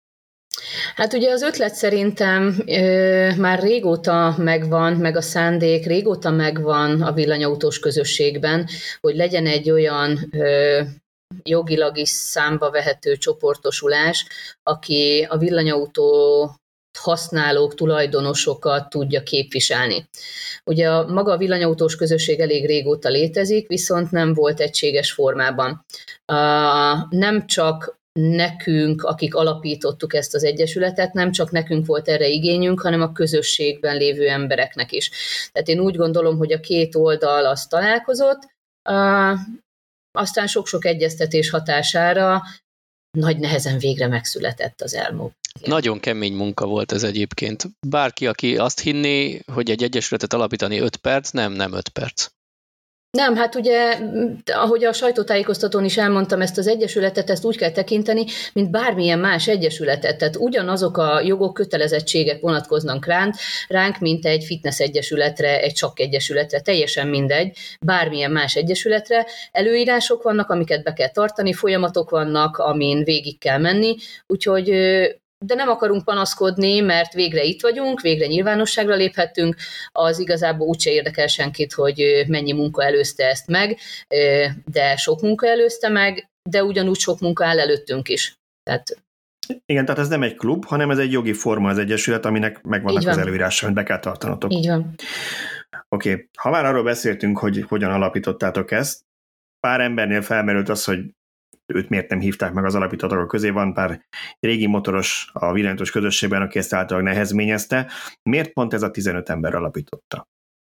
Hát ugye az ötlet szerintem már régóta megvan, meg a szándék régóta megvan a villanyautós közösségben, hogy legyen egy olyan jogilag is számba vehető csoportosulás, aki a villanyautó használók, tulajdonosokat tudja képviselni. Ugye maga a villanyautós közösség elég régóta létezik, viszont nem volt egységes formában. Nem csak nekünk, akik alapítottuk ezt az egyesületet, nem csak nekünk volt erre igényünk, hanem a közösségben lévő embereknek is. Tehát én úgy gondolom, hogy a két oldal az találkozott, aztán sok-sok egyeztetés hatására nagy nehezen végre megszületett az Elmob. Nagyon kemény munka volt ez egyébként. Bárki, aki azt hinné, hogy egy egyesületet alapítani 5 perc, nem 5 perc. Nem, hát ugye, ahogy a sajtótájékoztatón is elmondtam, ezt az egyesületet, ezt úgy kell tekinteni, mint bármilyen más egyesületet. Tehát ugyanazok a jogok, kötelezettségek vonatkoznak ránk, mint egy fitness egyesületre, egy sakk egyesületre, teljesen mindegy, bármilyen más egyesületre. Előírások vannak, amiket be kell tartani, folyamatok vannak, amin végig kell menni, úgyhogy de nem akarunk panaszkodni, mert végre itt vagyunk, végre nyilvánosságra léphettünk, az igazából úgyse érdekel senkit, hogy mennyi munka előzte ezt meg, de sok munka előzte meg, de ugyanúgy sok munka áll előttünk is. Igen, tehát ez nem egy klub, hanem ez egy jogi forma az egyesület, aminek megvannak az előírásai, amit be kell tartanotok. Így van. Oké. Ha már arról beszéltünk, hogy hogyan alapítottátok ezt, pár embernél felmerült az, hogy őt miért nem hívták meg az alapítótagok közé, van pár régi motoros a villanyos közösségben, aki ezt általában nehezményezte. Miért pont ez a 15 ember alapította?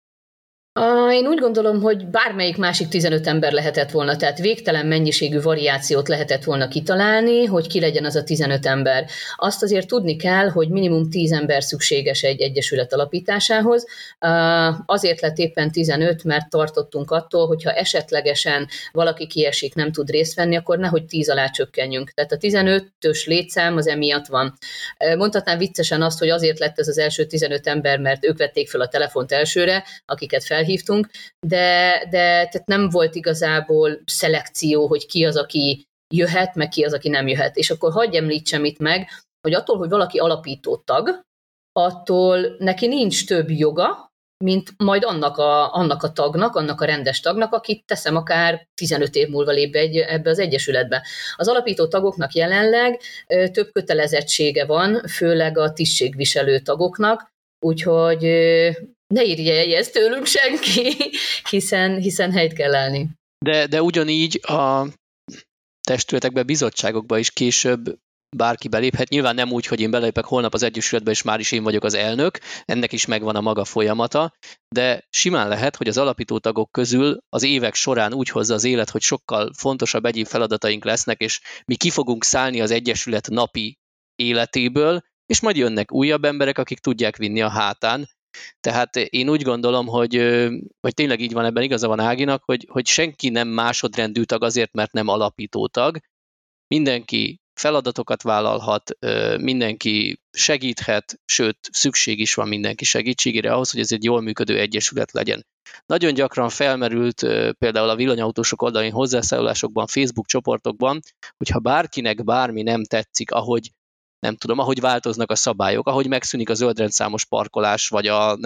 Én úgy gondolom, hogy bármelyik másik 15 ember lehetett volna, tehát végtelen mennyiségű variációt lehetett volna kitalálni, hogy ki legyen az a 15 ember. Azt azért tudni kell, hogy minimum 10 ember szükséges egy egyesület alapításához. Azért lett éppen 15, mert tartottunk attól, hogyha esetlegesen valaki kiesik, nem tud részt venni, akkor nehogy 10 alá csökkenjünk. Tehát a 15-ös létszám az emiatt van. Mondhatnám viccesen azt, hogy azért lett ez az első 15 ember, mert ők vették fel a telefont elsőre, akiket felhívtunk, de tehát nem volt igazából szelekció, hogy ki az, aki jöhet, meg ki az, aki nem jöhet. És akkor hagyj említsem itt meg, hogy attól, hogy valaki alapító tag, attól neki nincs több joga, mint majd annak a tagnak, annak a rendes tagnak, akit teszem akár 15 év múlva lép be ebbe az egyesületbe. Az alapító tagoknak jelenleg több kötelezettsége van, főleg a tisztségviselő tagoknak, úgyhogy ne írja ezt tőlünk senki, hiszen helyt kell állni. De ugyanígy a testületekbe, bizottságokba is később bárki beléphet. Nyilván nem úgy, hogy én belépek holnap az egyesületbe, és már is én vagyok az elnök, ennek is megvan a maga folyamata, de simán lehet, hogy az alapító tagok közül az évek során úgy hozza az élet, hogy sokkal fontosabb egyéb feladataink lesznek, és mi ki fogunk szállni az egyesület napi életéből, és majd jönnek újabb emberek, akik tudják vinni a hátán. Tehát én úgy gondolom, hogy tényleg így van, ebben igaza van Áginak, hogy senki nem másodrendű tag azért, mert nem alapító tag. Mindenki feladatokat vállalhat, mindenki segíthet, sőt, szükség is van mindenki segítségére ahhoz, hogy ez egy jól működő egyesület legyen. Nagyon gyakran felmerült például a villanyautósok oldalán hozzászólásokban, Facebook csoportokban, hogyha bárkinek bármi nem tetszik, ahogy változnak a szabályok, ahogy megszűnik a zöldrendszámos parkolás, vagy a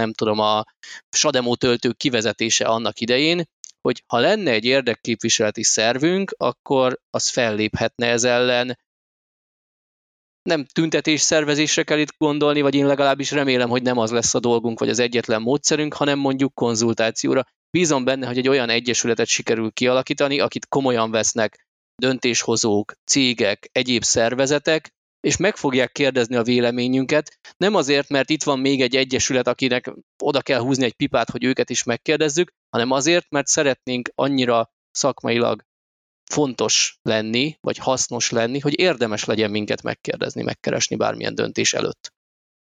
SADEMO töltők kivezetése annak idején, hogy ha lenne egy érdekképviseleti szervünk, akkor az felléphetne ez ellen. Nem tüntetés szervezésre kell itt gondolni, vagy én legalábbis remélem, hogy nem az lesz a dolgunk, vagy az egyetlen módszerünk, hanem mondjuk konzultációra. Bízom benne, hogy egy olyan egyesületet sikerül kialakítani, akit komolyan vesznek döntéshozók, cégek, egyéb szervezetek, és meg fogják kérdezni a véleményünket, nem azért, mert itt van még egy egyesület, akinek oda kell húzni egy pipát, hogy őket is megkérdezzük, hanem azért, mert szeretnénk annyira szakmailag fontos lenni, vagy hasznos lenni, hogy érdemes legyen minket megkérdezni, megkeresni bármilyen döntés előtt.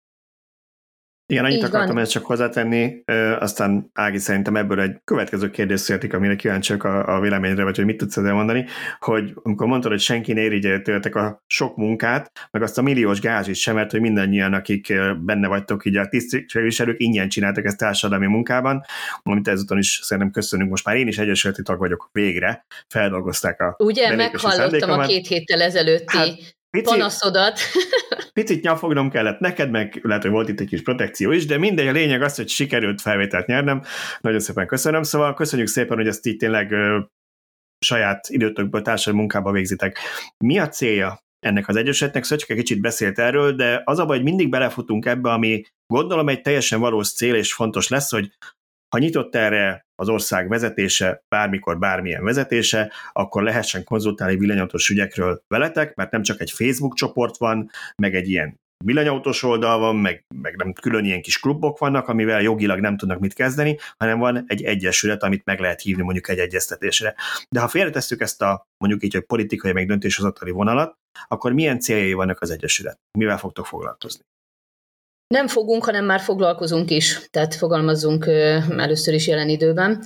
Igen, annyit akartam ezt csak hozzátenni, aztán Ági szerintem ebből egy következő kérdés születik, amire kíváncsiak a véleményre, vagy hogy mit tudsz ezzel mondani, hogy amikor mondtad, hogy senki ne irigyelje tőletek a sok munkát, meg azt a milliós gázsit sem, mert hogy mindannyian, akik benne vagytok, így a tisztségviselők ingyen csináltak ezt társadalmi munkában, amit ezúton is szerintem köszönünk, most már én is egyesületi tag vagyok, végre feldolgozták a ugye, meghallottam a 2 héttel ezelőtti panaszodat. Picit nyafognom kellett neked, meg lehet, hogy volt itt egy kis protekció is, de mindegy, a lényeg az, hogy sikerült felvételt nyernem. Nagyon szépen köszönöm, szóval köszönjük szépen, hogy ezt így tényleg saját időtökből társadalmi munkába végzitek. Mi a célja ennek az egyesületnek? Szóval csak egy kicsit beszélt erről, de az a baj, hogy mindig belefutunk ebbe, ami gondolom egy teljesen valós cél, és fontos lesz, hogy ha nyitott erre az ország vezetése, bármikor bármilyen vezetése, akkor lehessen konzultálni villanyautós ügyekről veletek, mert nem csak egy Facebook csoport van, meg egy ilyen villanyautós oldal van, meg nem külön ilyen kis klubok vannak, amivel jogilag nem tudnak mit kezdeni, hanem van egy egyesület, amit meg lehet hívni mondjuk egy egyeztetésre. De ha félretesszük ezt a mondjuk így, hogy politikai meg döntéshozatali vonalat, akkor milyen céljai vannak az egyesület? Mivel fogtok foglalkozni? Nem fogunk, hanem már foglalkozunk is, tehát fogalmazzunk először is jelen időben.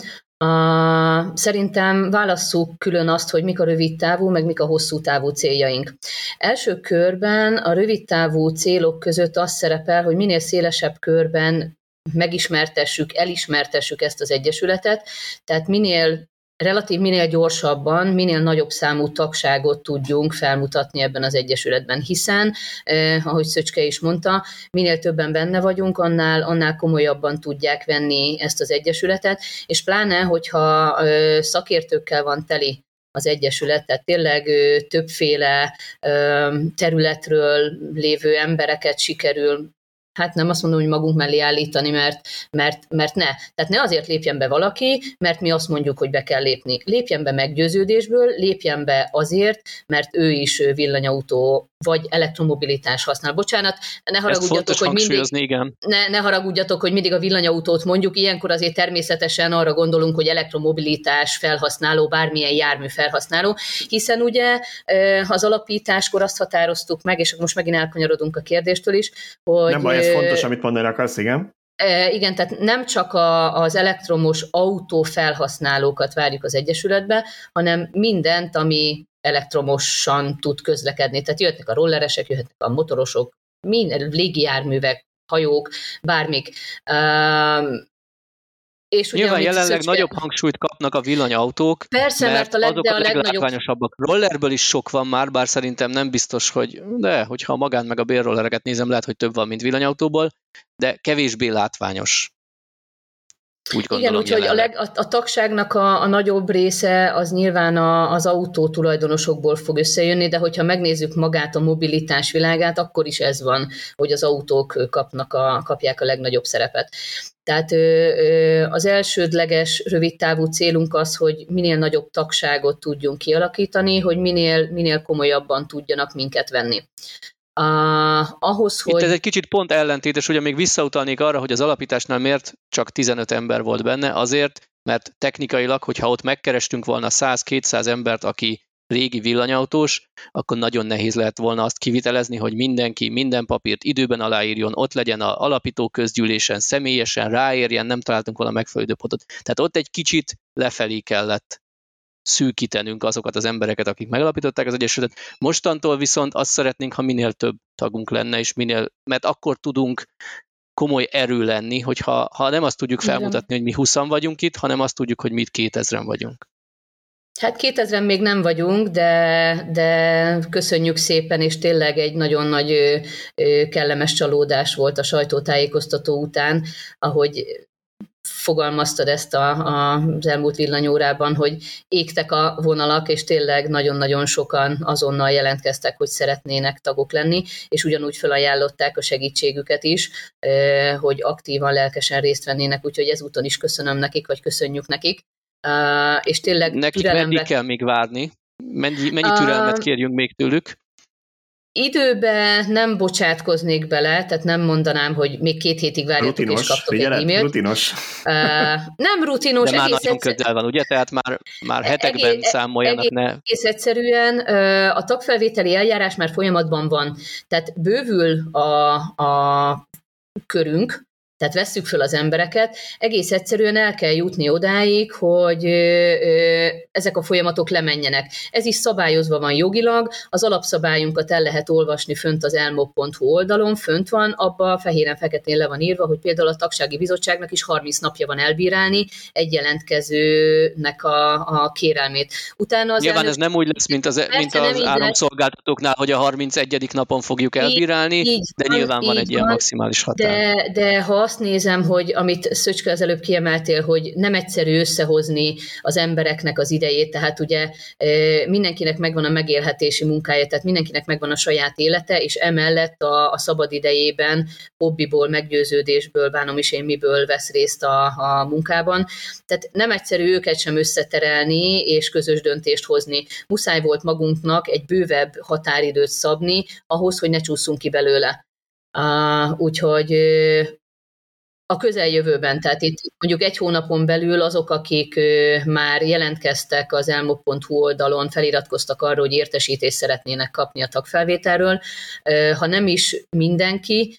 Szerintem válasszuk külön azt, hogy mik a rövid távú, meg mik a hosszú távú céljaink. Első körben a rövid távú célok között az szerepel, hogy minél szélesebb körben megismertessük, elismertessük ezt az egyesületet, tehát minél gyorsabban, minél nagyobb számú tagságot tudjunk felmutatni ebben az egyesületben, hiszen, ahogy Szöcske is mondta, minél többen benne vagyunk, annál komolyabban tudják venni ezt az egyesületet, és pláne, hogyha szakértőkkel van teli az egyesület, tehát tényleg többféle területről lévő embereket sikerül, hát nem azt mondom, hogy magunk mellé állítani, mert ne. Tehát ne azért lépjen be valaki, mert mi azt mondjuk, hogy be kell lépni. Lépjen be meggyőződésből, lépjen be azért, mert ő is villanyautó vagy elektromobilitás használ. Bocsánat, ne haragudjatok, hogy mindig a villanyautót mondjuk, ilyenkor azért természetesen arra gondolunk, hogy elektromobilitás felhasználó, bármilyen jármű felhasználó, hiszen ugye az alapításkor azt határoztuk meg, és most megint elkanyarodunk a kérdéstől is, hogy... Nem baj, ez fontos, amit mondani akarsz, igen. Igen, tehát nem csak az elektromos autó felhasználókat várjuk az egyesületbe, hanem mindent, ami elektromosan tud közlekedni. Tehát jöhetnek a rolleresek, jöhetnek a motorosok, légijárművek, hajók, bármik. És nyilván ugye, jelenleg nagyobb hangsúlyt kapnak a villanyautók, persze, mert azok a leglátványosabbak. Rollerből is sok van már, bár szerintem nem biztos, de hogyha a magán meg a bérrollereket nézem, lehet, hogy több van, mint villanyautóból, de kevésbé látványos. Úgy gondolom, igen, úgyhogy a tagságnak a nagyobb része az nyilván az autó tulajdonosokból fog összejönni, de hogyha megnézzük magát a mobilitás világát, akkor is ez van, hogy az autók kapják a legnagyobb szerepet. Tehát az elsődleges rövidtávú célunk az, hogy minél nagyobb tagságot tudjunk kialakítani, hogy minél komolyabban tudjanak minket venni. Itt ez egy kicsit pont ellentétes, ugye még visszautalnék arra, hogy az alapításnál miért csak 15 ember volt benne, azért, mert technikailag, hogyha ott megkerestünk volna 100-200 embert, aki régi villanyautós, akkor nagyon nehéz lehet volna azt kivitelezni, hogy mindenki minden papírt időben aláírjon, ott legyen az alapító közgyűlésen, személyesen ráérjen, nem találtunk volna megfelelő időpontot. Tehát ott egy kicsit lefelé kellett szűkítenünk azokat az embereket, akik megalapították az egyesületet. Mostantól viszont azt szeretnénk, ha minél több tagunk lenne, és mert akkor tudunk komoly erő lenni, hogyha nem azt tudjuk felmutatni, hogy mi 20-an vagyunk itt, hanem azt tudjuk, hogy mi itt 2000-en vagyunk. Hát 2000-en még nem vagyunk, de köszönjük szépen, és tényleg egy nagyon nagy kellemes csalódás volt a sajtótájékoztató után, ahogy fogalmaztad ezt az elmúlt villanyórában, hogy égtek a vonalak, és tényleg nagyon-nagyon sokan azonnal jelentkeztek, hogy szeretnének tagok lenni, és ugyanúgy felajánlották a segítségüket is, hogy aktívan, lelkesen részt vennének, úgyhogy ezúton is köszönöm nekik, vagy köszönjük nekik. És tényleg nekik meddig kell még várni? Mennyi türelmet kérjünk még tőlük? Időbe nem bocsátkoznék bele, tehát nem mondanám, hogy még 2 hétig várjatok, rutinos, és kaptok egy e-mailt. Rutinos. Nem rutinos. De már nagyon közel van, ugye? Tehát már hetekben számoljanak. Egész egyszerűen a tagfelvételi eljárás már folyamatban van. Tehát bővül a körünk, tehát vesszük föl az embereket, egész egyszerűen el kell jutni odáig, hogy ezek a folyamatok lemenjenek. Ez is szabályozva van jogilag, az alapszabályunkat el lehet olvasni fönt az elmop.hu oldalon, fönt van, abba fehéren-feketén le van írva, hogy például a tagsági bizottságnak is 30 napja van elbírálni egy jelentkezőnek a kérelmét. Utána nyilván ez nem úgy lesz, mint az áramszolgáltatóknál, hogy a 31. napon fogjuk elbírálni, de nyilván van egy ilyen maximális határ. De ha azt nézem, hogy amit Szöcske az előbb kiemeltél, hogy nem egyszerű összehozni az embereknek az idejét, tehát ugye mindenkinek megvan a megélhetési munkája, tehát mindenkinek megvan a saját élete, és emellett a szabad idejében, hobbiból, meggyőződésből, bánom is én miből vesz részt a munkában. Tehát nem egyszerű őket sem összeterelni, és közös döntést hozni. Muszáj volt magunknak egy bővebb határidőt szabni, ahhoz, hogy ne csúszunk ki belőle. Úgyhogy a közeljövőben, tehát itt mondjuk 1 hónapon belül azok, akik már jelentkeztek az elmop.hu oldalon, feliratkoztak arra, hogy értesítést szeretnének kapni a tagfelvételről, ha nem is mindenki,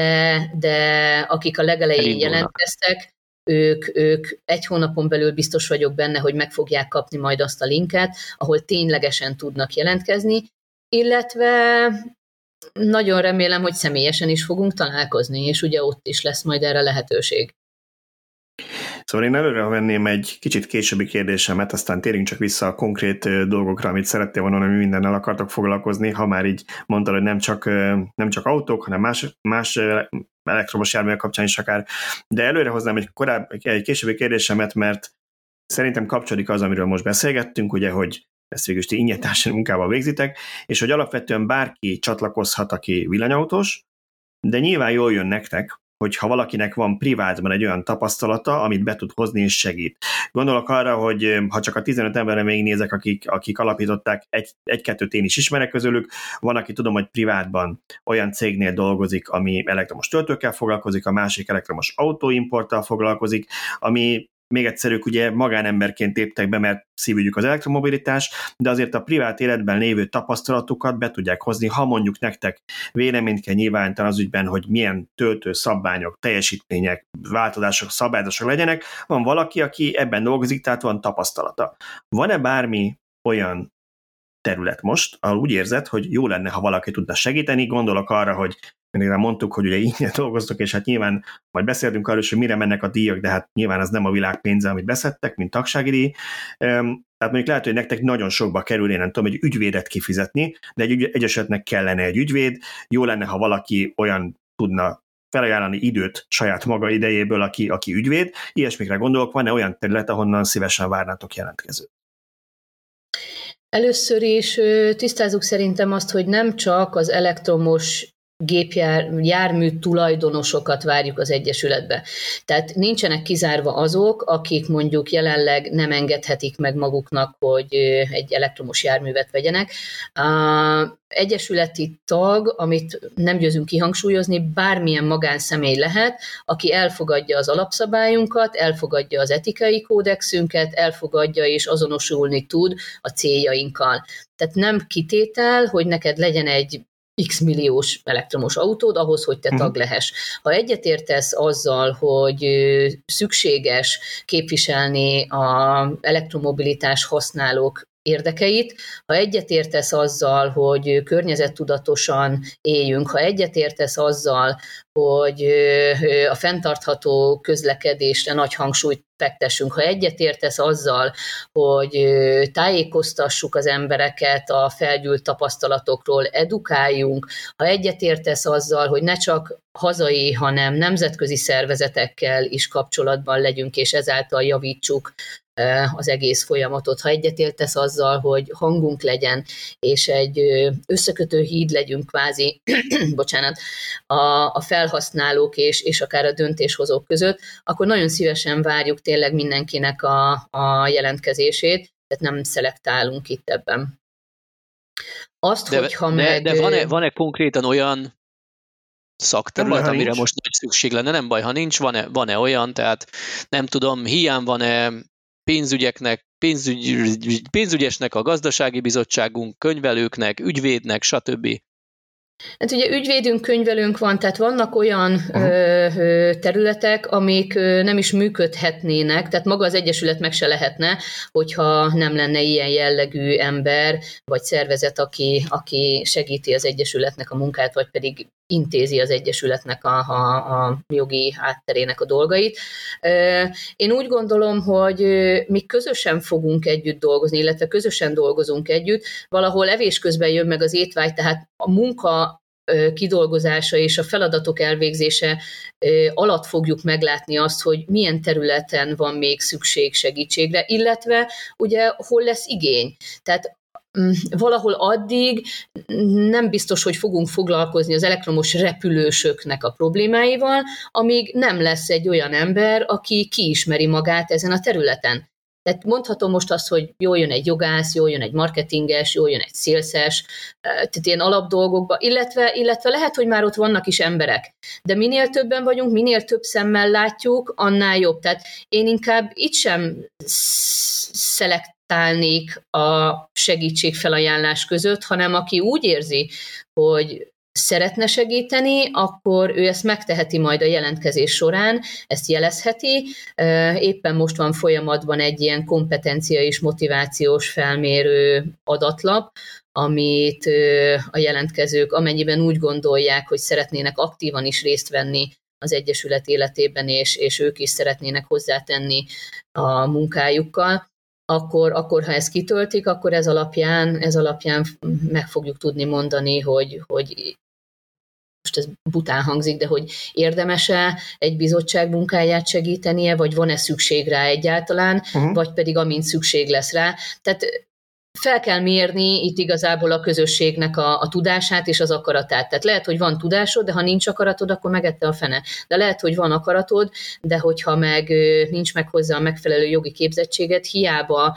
de akik a legelején jelentkeztek, ők 1 hónapon belül biztos vagyok benne, hogy meg fogják kapni majd azt a linket, ahol ténylegesen tudnak jelentkezni, illetve nagyon remélem, hogy személyesen is fogunk találkozni, és ugye ott is lesz majd erre lehetőség. Szóval én előre venném egy kicsit későbbi kérdésemet, aztán térjünk csak vissza a konkrét dolgokra, amit szerettél volna, hogy mindennel akartok foglalkozni, ha már így mondtad, hogy nem csak autók, hanem más elektromos járművek kapcsán is akár. De előre hoznám egy későbbi kérdésemet, mert szerintem kapcsolódik az, amiről most beszélgettünk, ugye, hogy ezt végül is ti ingyentársai munkával végzitek, és hogy alapvetően bárki csatlakozhat, aki villanyautós, de nyilván jól jön nektek, hogyha valakinek van privátban egy olyan tapasztalata, amit be tud hozni és segít. Gondolok arra, hogy ha csak a 15 emberre végignézek, akik alapították, egy-kettőt én is ismerek közülük, van, aki tudom, hogy privátban olyan cégnél dolgozik, ami elektromos töltőkkel foglalkozik, a másik elektromos autóimporttal foglalkozik, ami még egyszer ők ugye magánemberként léptek be, mert szívügyük az elektromobilitás, de azért a privát életben lévő tapasztalatukat be tudják hozni, ha mondjuk nektek véleményt kell nyilvánítani az ügyben, hogy milyen töltő szabványok, teljesítmények, változások, szabályozások legyenek, van valaki, aki ebben dolgozik, tehát van tapasztalata. Van-e bármi olyan terület most, ahol úgy érzed, hogy jó lenne, ha valaki tudna segíteni? Gondolok arra, hogy mindig mondtuk, hogy ugye ingyen dolgoztok, és hát nyilván majd beszéltünk arról, hogy mire mennek a díjak, de hát nyilván az nem a világ pénze, amit beszedtek, mint tagsági díj. Tehát mondjuk lehet, hogy nektek nagyon sokba kerül, én nem tudom, egy ügyvédet kifizetni, de egy egyesületnek kellene egy ügyvéd. Jó lenne, ha valaki olyan tudna felajánlani időt saját maga idejéből, aki ügyvéd. Ilyesmikre gondolok, van-e olyan terület, ahonnan szívesen várnátok jelentkezőt? Először is tisztázzuk szerintem azt, hogy nem csak az elektromos jármű tulajdonosokat várjuk az Egyesületbe. Tehát nincsenek kizárva azok, akik mondjuk jelenleg nem engedhetik meg maguknak, hogy egy elektromos járművet vegyenek. Egyesületi tag, amit nem győzünk kihangsúlyozni, bármilyen magánszemély lehet, aki elfogadja az alapszabályunkat, elfogadja az etikai kódexünket, elfogadja és azonosulni tud a céljainkkal. Tehát nem kitétel, hogy neked legyen egy X milliós elektromos autód ahhoz, hogy te tag lehess. Ha egyetértesz azzal, hogy szükséges képviselni az elektromobilitás használók érdekeit, ha egyetértesz azzal, hogy környezettudatosan éljünk, ha egyetértesz azzal, hogy a fenntartható közlekedésre nagy hangsúlyt fektessünk, ha egyetértesz azzal, hogy tájékoztassuk az embereket a felgyűlt tapasztalatokról, edukáljunk, ha egyetértesz azzal, hogy ne csak hazai, hanem nemzetközi szervezetekkel is kapcsolatban legyünk, és ezáltal javítsuk az egész folyamatot. Ha egyetértesz azzal, hogy hangunk legyen, és egy összekötő híd legyünk kvázi, bocsánat, a felhasználók és akár a döntéshozók között, akkor nagyon szívesen várjuk tényleg mindenkinek a jelentkezését, tehát nem szelektálunk itt ebben. Azt, de van-e konkrétan olyan szakterület, amire most nagy szükség lenne? Nem baj, ha nincs, van-e olyan, tehát nem tudom, hiány van-e pénzügyeknek, pénzügyesnek, a gazdasági bizottságunk, könyvelőknek, ügyvédnek, stb. Hát ugye ügyvédünk, könyvelőnk van, tehát vannak olyan területek, amik nem is működhetnének, tehát maga az egyesület meg se lehetne, hogyha nem lenne ilyen jellegű ember, vagy szervezet, aki segíti az egyesületnek a munkát, vagy pedig intézi az egyesületnek a jogi hátterének a dolgait. Én úgy gondolom, hogy mi közösen fogunk együtt dolgozni, illetve közösen dolgozunk együtt, valahol evés közben jön meg az étvágy, tehát a munka kidolgozása és a feladatok elvégzése alatt fogjuk meglátni azt, hogy milyen területen van még szükség segítségre, illetve ugye hol lesz igény. Tehát valahol addig nem biztos, hogy fogunk foglalkozni az elektromos repülősöknek a problémáival, amíg nem lesz egy olyan ember, aki kiismeri magát ezen a területen. Tehát mondhatom most azt, hogy jól jön egy jogász, jól jön egy marketinges, jól jön egy szélszes, tehát ilyen alapdolgokba, illetve lehet, hogy már ott vannak is emberek. De minél többen vagyunk, minél több szemmel látjuk, annál jobb. Tehát én inkább itt sem szelektálnék a segítségfelajánlás között, hanem aki úgy érzi, hogy szeretne segíteni, akkor ő ezt megteheti majd a jelentkezés során, ezt jelezheti. Éppen most van folyamatban egy ilyen kompetencia és motivációs felmérő adatlap, amit a jelentkezők amennyiben úgy gondolják, hogy szeretnének aktívan is részt venni az egyesület életében, és ők is szeretnének hozzátenni a munkájukkal, akkor ha ezt kitöltik, akkor ez alapján meg fogjuk tudni mondani, hogy most ez bután hangzik, de hogy érdemes-e egy bizottság munkáját segítenie, vagy van-e szükség rá egyáltalán, vagy pedig amint szükség lesz rá. Tehát fel kell mérni itt igazából a közösségnek a tudását és az akaratát. Tehát lehet, hogy van tudásod, de ha nincs akaratod, akkor megette a fene. De lehet, hogy van akaratod, de hogyha meg nincs meg hozzá a megfelelő jogi képzettséget, hiába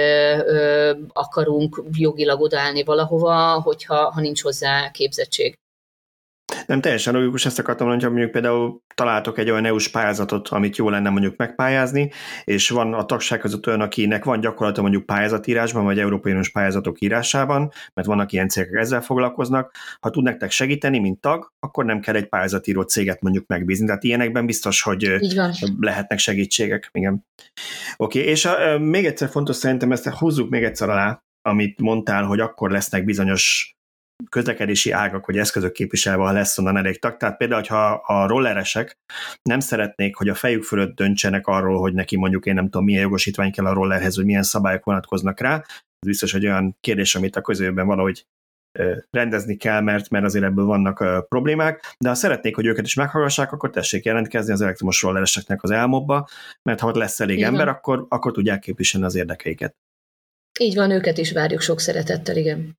akarunk jogilag odaállni valahova, hogyha nincs hozzá képzettség. Nem teljesen logikus, ezt akartam mondani, hogy mondjuk például találtok egy olyan EU-s pályázatot, amit jó lenne mondjuk megpályázni, és van a tagság között olyan, akinek van gyakorlata mondjuk pályázatírásban, vagy Európai Uniós pályázatok írásában, mert vannak ilyen cégek, ezzel foglalkoznak. Ha tud nektek segíteni, mint tag, akkor nem kell egy pályázatíró céget mondjuk megbízni. Tehát ilyenekben biztos, hogy lehetnek segítségek. Igen. Oké, és még egyszer fontos szerintem, ezt húzzuk még egyszer alá, amit mondtál, hogy akkor lesznek bizonyos közlekedési ágak vagy eszközök képviselve, ha lesz onnan elég tag. Tehát például, ha a rolleresek nem szeretnék, hogy a fejük fölött döntsenek arról, hogy neki mondjuk én nem tudom, milyen jogosítvány kell a rollerhez, hogy milyen szabályok vonatkoznak rá, ez biztos egy olyan kérdés, amit a közölben valahogy rendezni kell, mert azért ebből vannak problémák, de ha szeretnék, hogy őket is meghallgassák, akkor tessék jelentkezni az elektromos rollereseknek az elmobba, mert ha ott lesz elég ember, akkor tudják képviselni az érdekeiket. Így van, őket is várjuk sok szeretettel, igen.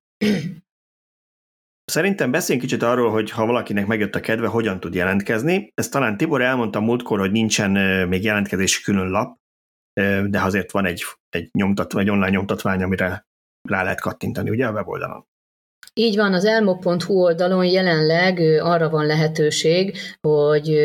Szerintem beszéljünk kicsit arról, hogy ha valakinek megjött a kedve, hogyan tud jelentkezni. Ezt talán Tibor elmondta múltkor, hogy nincsen még jelentkezési külön lap, de azért van egy online nyomtatvány, amire rá lehet kattintani, ugye a weboldalon. Így van, az elmo.hu oldalon jelenleg arra van lehetőség, hogy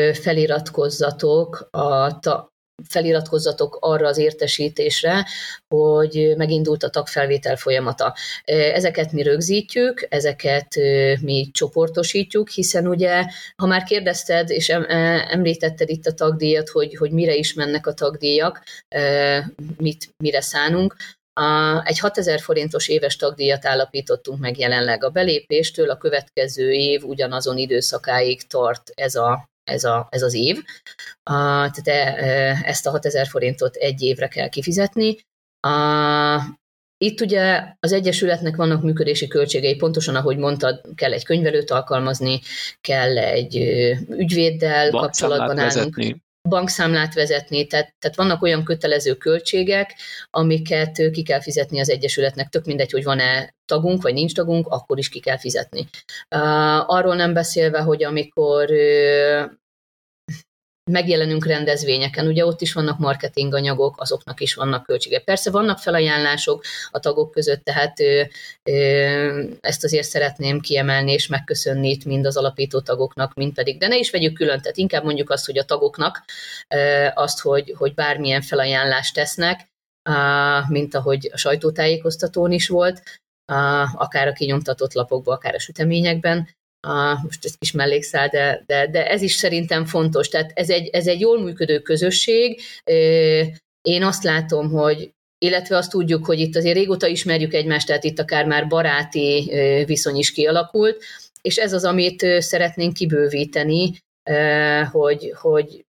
feliratkozzatok arra az értesítésre, hogy megindult a tagfelvétel folyamata. Ezeket mi rögzítjük, ezeket mi csoportosítjuk, hiszen ugye, ha már kérdezted, és említetted itt a tagdíjat, hogy mire is mennek a tagdíjak, mire szánunk, egy 6000 forintos éves tagdíjat állapítottunk meg jelenleg. A belépéstől a következő év ugyanazon időszakáig tart ez az év. Tehát ezt a 6000 forintot egy évre kell kifizetni. Itt ugye az egyesületnek vannak működési költségei, pontosan ahogy mondtad, kell egy könyvelőt alkalmazni, kell egy ügyvéddel kapcsolatban állnunk. Bankszámlát vezetni, tehát vannak olyan kötelező költségek, amiket ki kell fizetni az egyesületnek, tök mindegy, hogy van-e tagunk, vagy nincs tagunk, akkor is ki kell fizetni. Arról nem beszélve, hogy amikor megjelenünk rendezvényeken, ugye ott is vannak marketinganyagok, azoknak is vannak költségek. Persze vannak felajánlások a tagok között, tehát ezt azért szeretném kiemelni és megköszönni itt mind az alapító tagoknak, mind pedig, de ne is vegyük külön, tehát inkább mondjuk azt, hogy a tagoknak azt, hogy bármilyen felajánlást tesznek, mint ahogy a sajtótájékoztatón is volt, akár a kinyomtatott lapokban, akár a süteményekben, most ez kis mellékszál, de ez is szerintem fontos. Tehát ez egy jól működő közösség. Én azt látom, hogy illetve azt tudjuk, hogy itt azért régóta ismerjük egymást, tehát itt akár már baráti viszony is kialakult, és ez az, amit szeretnénk kibővíteni, hogy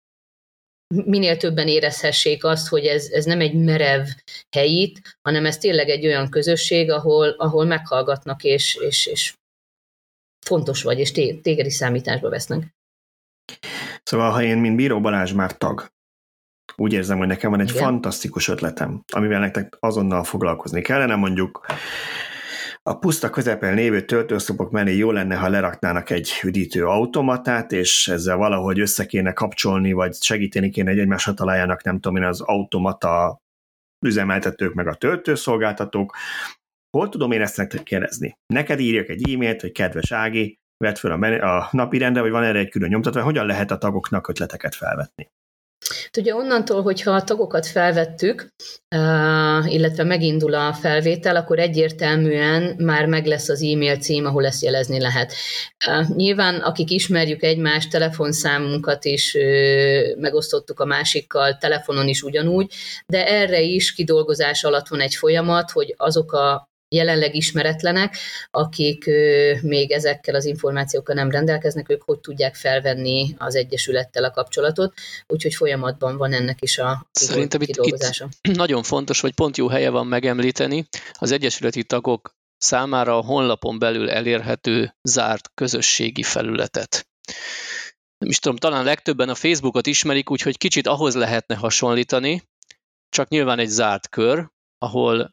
minél többen érezhessék azt, hogy ez nem egy merev helyit, hanem ez tényleg egy olyan közösség, ahol meghallgatnak, és fontos vagy, és téged is számításba vesznek. Szóval, ha én, mint Bíró Balázs már tag, úgy érzem, hogy nekem van egy fantasztikus ötletem, amivel nektek azonnal foglalkozni kellene, mondjuk a puszta közepén lévő töltőszlopok mellé jó lenne, ha leraknának egy üdítő automatát, és ezzel valahogy össze kéne kapcsolni, vagy segíteni kéne, hogy egymásra találjanak, nem tudom én, az automata üzemeltetők, meg a töltőszolgáltatók. Hol tudom én ezt nektek kérdezni? Neked írjak egy e-mailt, hogy kedves Ági, vedd fel a napirendre, vagy van erre egy külön nyomtatva, hogyan lehet a tagoknak ötleteket felvetni? Ugye onnantól, hogyha a tagokat felvettük, illetve megindul a felvétel, akkor egyértelműen már meg lesz az e-mail cím, ahol ezt jelezni lehet. Nyilván, akik ismerjük egymást, telefonszámunkat is megosztottuk a másikkal, telefonon is ugyanúgy, de erre is kidolgozás alatt van egy folyamat, hogy azok a jelenleg ismeretlenek, akik még ezekkel az információkkal nem rendelkeznek, ők hogy tudják felvenni az Egyesülettel a kapcsolatot, úgyhogy folyamatban van ennek is a kidolgozása. Itt nagyon fontos, hogy pont jó helye van megemlíteni, az egyesületi tagok számára a honlapon belül elérhető zárt közösségi felületet. Nem is tudom, talán legtöbben a Facebookot ismerik, úgyhogy kicsit ahhoz lehetne hasonlítani, csak nyilván egy zárt kör, ahol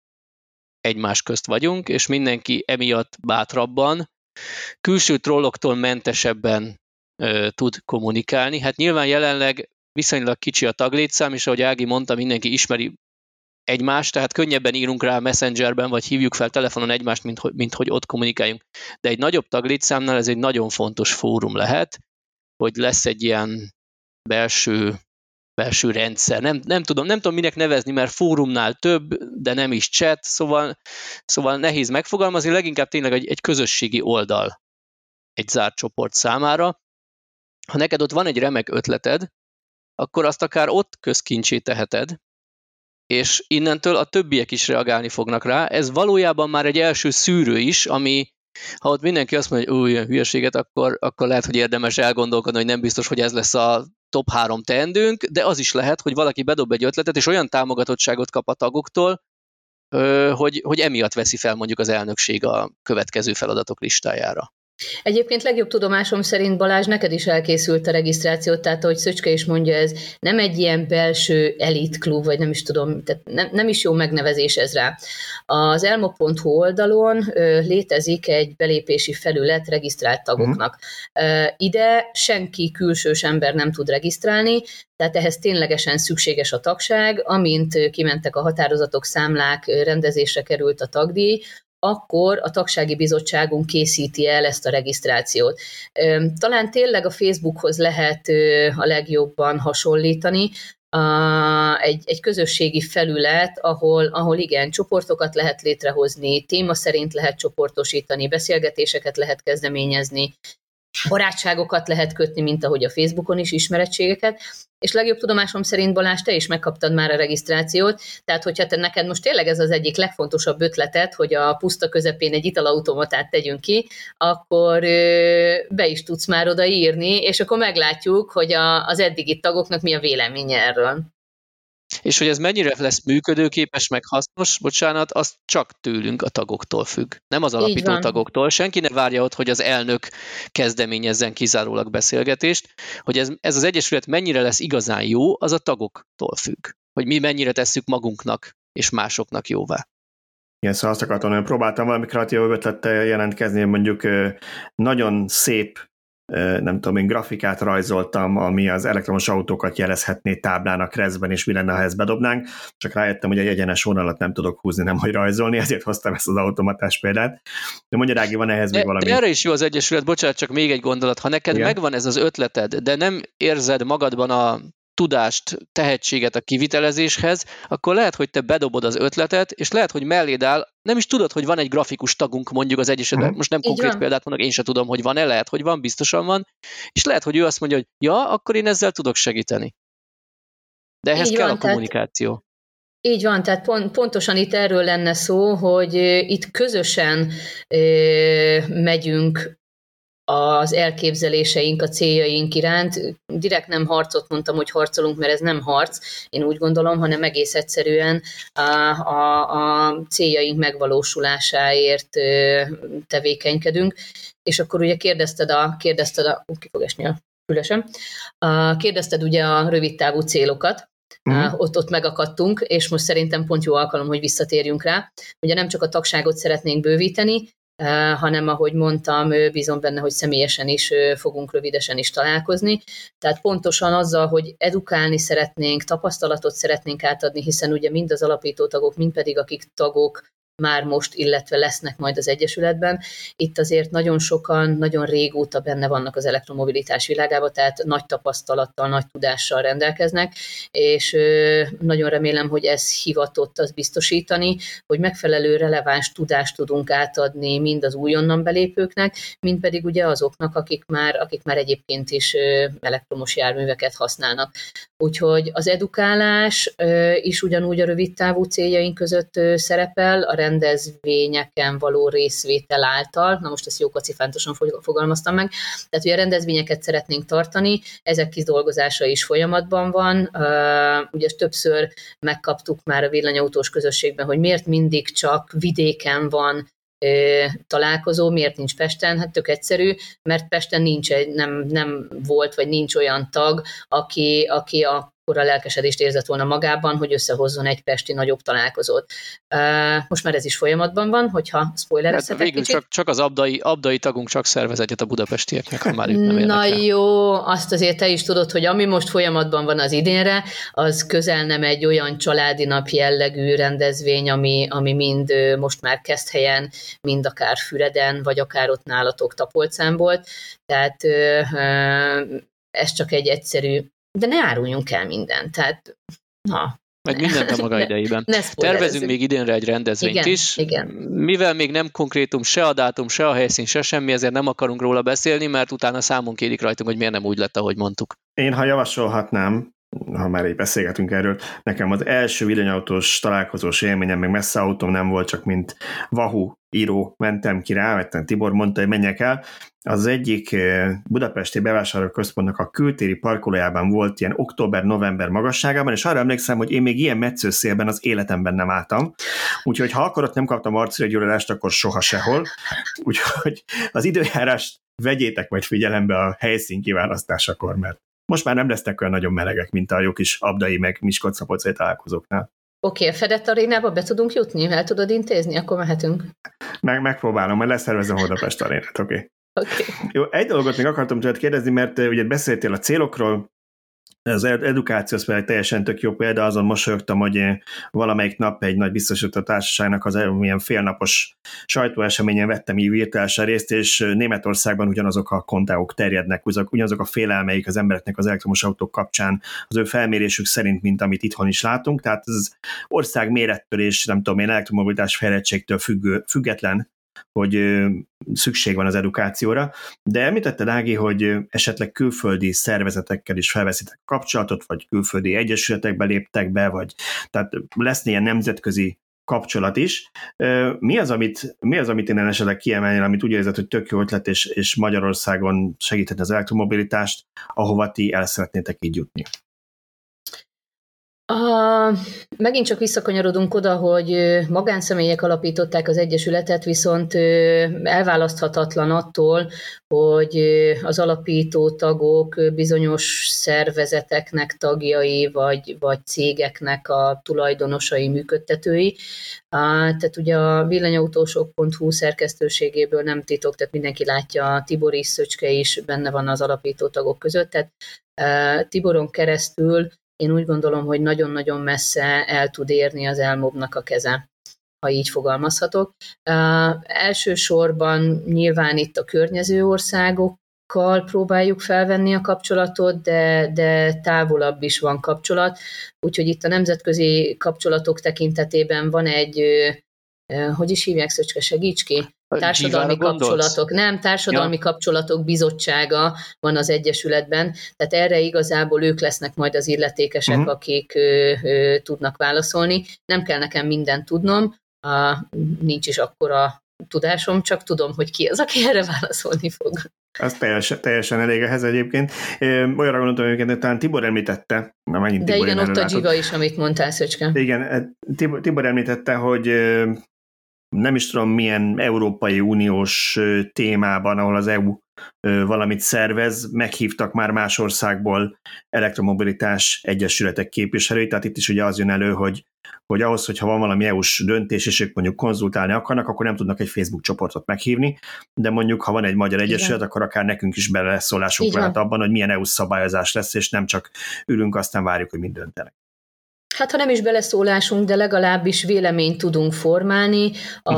egymás közt vagyunk, és mindenki emiatt bátrabban, külső trolloktól mentesebben tud kommunikálni. Hát nyilván jelenleg viszonylag kicsi a taglétszám, és ahogy Ági mondta, mindenki ismeri egymást, tehát könnyebben írunk rá Messengerben, vagy hívjuk fel telefonon egymást, mint hogy ott kommunikáljunk. De egy nagyobb taglétszámnál ez egy nagyon fontos fórum lehet, hogy lesz egy ilyen belső rendszer. Nem tudom minek nevezni, mert fórumnál több, de nem is chat, szóval nehéz megfogalmazni, leginkább tényleg egy közösségi oldal egy zárt csoport számára. Ha neked ott van egy remek ötleted, akkor azt akár ott közkincsé teheted, és innentől a többiek is reagálni fognak rá. Ez valójában már egy első szűrő is, ami ha ott mindenki azt mondja, hogy ilyen hülyeséget, akkor lehet, hogy érdemes elgondolkodni, hogy nem biztos, hogy ez lesz a top 3 teendőnk, de az is lehet, hogy valaki bedob egy ötletet, és olyan támogatottságot kap a tagoktól, hogy emiatt veszi fel mondjuk az elnökség a következő feladatok listájára. Egyébként legjobb tudomásom szerint, Balázs, neked is elkészült a regisztráció, tehát ahogy Szöcske is mondja, ez nem egy ilyen belső elitklub, vagy nem is tudom, tehát nem is jó megnevezés ez rá. Az elmo.hu oldalon létezik egy belépési felület regisztrált tagoknak. Ide senki külsős ember nem tud regisztrálni, tehát ehhez ténylegesen szükséges a tagság, amint kimentek a határozatok, számlák, rendezésre került a tagdíj, akkor a tagsági bizottságunk készíti el ezt a regisztrációt. Talán tényleg a Facebookhoz lehet a legjobban hasonlítani, egy közösségi felület, ahol igen, csoportokat lehet létrehozni, téma szerint lehet csoportosítani, beszélgetéseket lehet kezdeményezni, barátságokat lehet kötni, mint ahogy a Facebookon is, ismerettségeket, és legjobb tudomásom szerint, Balázs, te is megkaptad már a regisztrációt, tehát hogyha te neked most tényleg ez az egyik legfontosabb ötleted, hogy a puszta közepén egy italautomatát tegyünk ki, akkor be is tudsz már oda írni, és akkor meglátjuk, hogy az eddigi tagoknak mi a véleménye erről. És hogy ez mennyire lesz működőképes, meg hasznos, bocsánat, az csak tőlünk, a tagoktól függ. Nem az alapító tagoktól. Senki ne várja ott, hogy az elnök kezdeményezzen kizárólag beszélgetést. Hogy ez az egyesület mennyire lesz igazán jó, az a tagoktól függ. Hogy mi mennyire tesszük magunknak és másoknak jóvá. Igen, szóval azt akartam, hogy próbáltam valami kreatív ötlettel jelentkezni, mondjuk nagyon szép nem tudom én, grafikát rajzoltam, ami az elektromos autókat jelezhetné táblán a Crestben, és mi lenne, ha ezt bedobnánk, csak rájöttem, hogy egy egyenes vonalat nem tudok húzni, nem hogy rajzolni, ezért hoztam ezt az automatás példát. De mondja, Ági, van ehhez még valami? De erre is jó az Egyesület, bocsánat, csak még egy gondolat. Ha neked megvan ez az ötleted, de nem érzed magadban a tudást, tehetséget a kivitelezéshez, akkor lehet, hogy te bedobod az ötletet, és lehet, hogy melléd áll, nem is tudod, hogy van egy grafikus tagunk mondjuk az Egyesületben, most nem konkrét példát mondok, én sem tudom, hogy van-e, lehet, hogy van, biztosan van, és lehet, hogy ő azt mondja, hogy ja, akkor én ezzel tudok segíteni. De ehhez kell a kommunikáció. Így van, tehát pontosan itt erről lenne szó, hogy itt közösen megyünk az elképzeléseink, a céljaink iránt. Direkt nem harcot mondtam, hogy harcolunk, mert ez nem harc, én úgy gondolom, hanem egész egyszerűen a céljaink megvalósulásáért tevékenykedünk. És akkor ugye kérdezted ki fog esni a fülesem, kérdezted ugye a rövidtávú célokat, ott megakadtunk, és most szerintem pont jó alkalom, hogy visszatérjünk rá. Ugye nem csak a tagságot szeretnénk bővíteni, hanem ahogy mondtam, bízom benne, hogy személyesen is fogunk rövidesen is találkozni. Tehát pontosan azzal, hogy edukálni szeretnénk, tapasztalatot szeretnénk átadni, hiszen ugye mind az alapító tagok, mind pedig akik tagok már most, illetve lesznek majd az Egyesületben. Itt azért nagyon sokan, nagyon régóta benne vannak az elektromobilitás világában, tehát nagy tapasztalattal, nagy tudással rendelkeznek, és nagyon remélem, hogy ez hivatott azt biztosítani, hogy megfelelő releváns tudást tudunk átadni mind az újonnan belépőknek, mind pedig ugye azoknak, akik már egyébként is elektromos járműveket használnak. Úgyhogy az edukálás is ugyanúgy a rövidtávú céljaink között szerepel, a rendezvényeken való részvétel által, na most ezt jó kacifántosan fogalmaztam meg, tehát ugye a rendezvényeket szeretnénk tartani, ezek kidolgozása is folyamatban van, ugye többször megkaptuk már a villanyautós közösségben, hogy miért mindig csak vidéken van találkozó, miért nincs Pesten? Hát tök egyszerű, mert Pesten nem volt, vagy nincs olyan tag, aki akkor a lelkesedést érzett volna magában, hogy összehozzon egy pesti nagyobb találkozót. Most már ez is folyamatban van, hogyha spoilerezhetek végül kicsit. csak az abdai tagunk csak szervez egyet a budapestieknek, ha már ők nem érdekel. Na jó, azt azért te is tudod, hogy ami most folyamatban van az idénre, az közel nem egy olyan családi nap jellegű rendezvény, ami mind most már Keszthelyen, mind akár Füreden, vagy akár ott nálatok Tapolcán volt. Tehát ez csak egy egyszerű, de ne áruljunk el mindent. Tehát, Meg mindent a maga idejében. Tervezünk még idénre egy rendezvényt is. Igen. Mivel még nem konkrétum se a dátum, se a helyszín, se semmi, ezért nem akarunk róla beszélni, mert utána számon kérik rajtunk, hogy miért nem úgy lett, ahogy mondtuk. Én, ha javasolhatnám, ha már így beszélgetünk erről, nekem az első villanyautós találkozós élményem, meg messze autóm nem volt, csak mint Wahoo író mentem ki rá, mert Tibor mondta, hogy menjek el. Az egyik budapesti bevásárlóközpontnak a kültéri parkolójában volt ilyen október-november magasságában, és arra emlékszem, hogy én még ilyen metszőszélben az életemben nem álltam. Úgyhogy ha akkor ott nem kaptam arcúregyúradást, akkor soha sehol. Úgyhogy az időjárást vegyétek majd figyelembe a helyszín kiválasztásakor, mert most már nem lesznek olyan nagyon melegek, mint a jó kis abdai meg Miskolc-Szabolcsai találkozóknál. Oké, a Fedett arénába be tudunk jutni? El tudod intézni? Akkor mehetünk. Megpróbálom, majd leszervezem a Budapest arénát, oké. Okay. Jó, egy dolgot még akartam tőled kérdezni, mert ugye beszéltél a célokról, az edukáció az például teljesen tök jó példa, azon mosolyogtam, hogy valamelyik nap egy nagy biztosító társaságnak az ilyen félnapos sajtóeseményen vettem így virtuálisan részt, és Németországban ugyanazok a kontáok terjednek, ugyanazok a félelmeik az embereknek az elektromos autók kapcsán az ő felmérésük szerint, mint amit itthon is látunk, tehát ez ország mérettől és nem tudom én elektromobilitás fejlettségtől független, hogy szükség van az edukációra, de említetted, Ági, hogy esetleg külföldi szervezetekkel is felveszitek a kapcsolatot, vagy külföldi egyesületekbe léptek be, vagy tehát lesz ilyen nemzetközi kapcsolat is. Mi az, amit én esetleg kiemelnél, amit úgy érzed, hogy tök jó ötlet, és Magyarországon segíthetne az elektromobilitást, ahova ti el szeretnétek így jutni? Megint csak visszakanyarodunk oda, hogy magánszemélyek alapították az egyesületet, viszont elválaszthatatlan attól, hogy az alapító tagok bizonyos szervezeteknek tagjai, vagy cégeknek a tulajdonosai, működtetői. Tehát ugye a villanyautósok.hu szerkesztőségéből nem titok, tehát mindenki látja, Tibor is, Szöcske is benne van az alapító tagok között, tehát Tiboron keresztül én úgy gondolom, hogy nagyon-nagyon messze el tud érni az elmobnak a keze, ha így fogalmazhatok. Elsősorban nyilván itt a környező országokkal próbáljuk felvenni a kapcsolatot, de távolabb is van kapcsolat, úgyhogy itt a nemzetközi kapcsolatok tekintetében van egy, hogy is hívják, Szöcske, segíts ki? Társadalmi kapcsolatok, társadalmi kapcsolatok bizottsága van az Egyesületben, tehát erre igazából ők lesznek majd az illetékesek, akik tudnak válaszolni. Nem kell nekem mindent tudnom, nincs is akkora tudásom, csak tudom, hogy ki az, aki erre válaszolni fog. Az teljesen elég ehhez egyébként. Olyanra gondoltam egyébként, de talán Tibor említette. De igen, ott a Giva is, amit mondtál, Szöcske. Igen, Tibor említette, hogy nem is tudom milyen Európai Uniós témában, ahol az EU valamit szervez, meghívtak már más országból elektromobilitás egyesületek képviselőit, tehát itt is ugye az jön elő, hogy ahhoz, hogyha van valami EU-s döntés, és ők mondjuk konzultálni akarnak, akkor nem tudnak egy Facebook csoportot meghívni, de mondjuk, ha van egy magyar egyesület, akkor akár nekünk is beleszólásunk lehet abban, hogy milyen EU-s szabályozás lesz, és nem csak ülünk, aztán várjuk, hogy mind döntenek. Hát ha nem is beleszólásunk, de legalábbis véleményt tudunk formálni,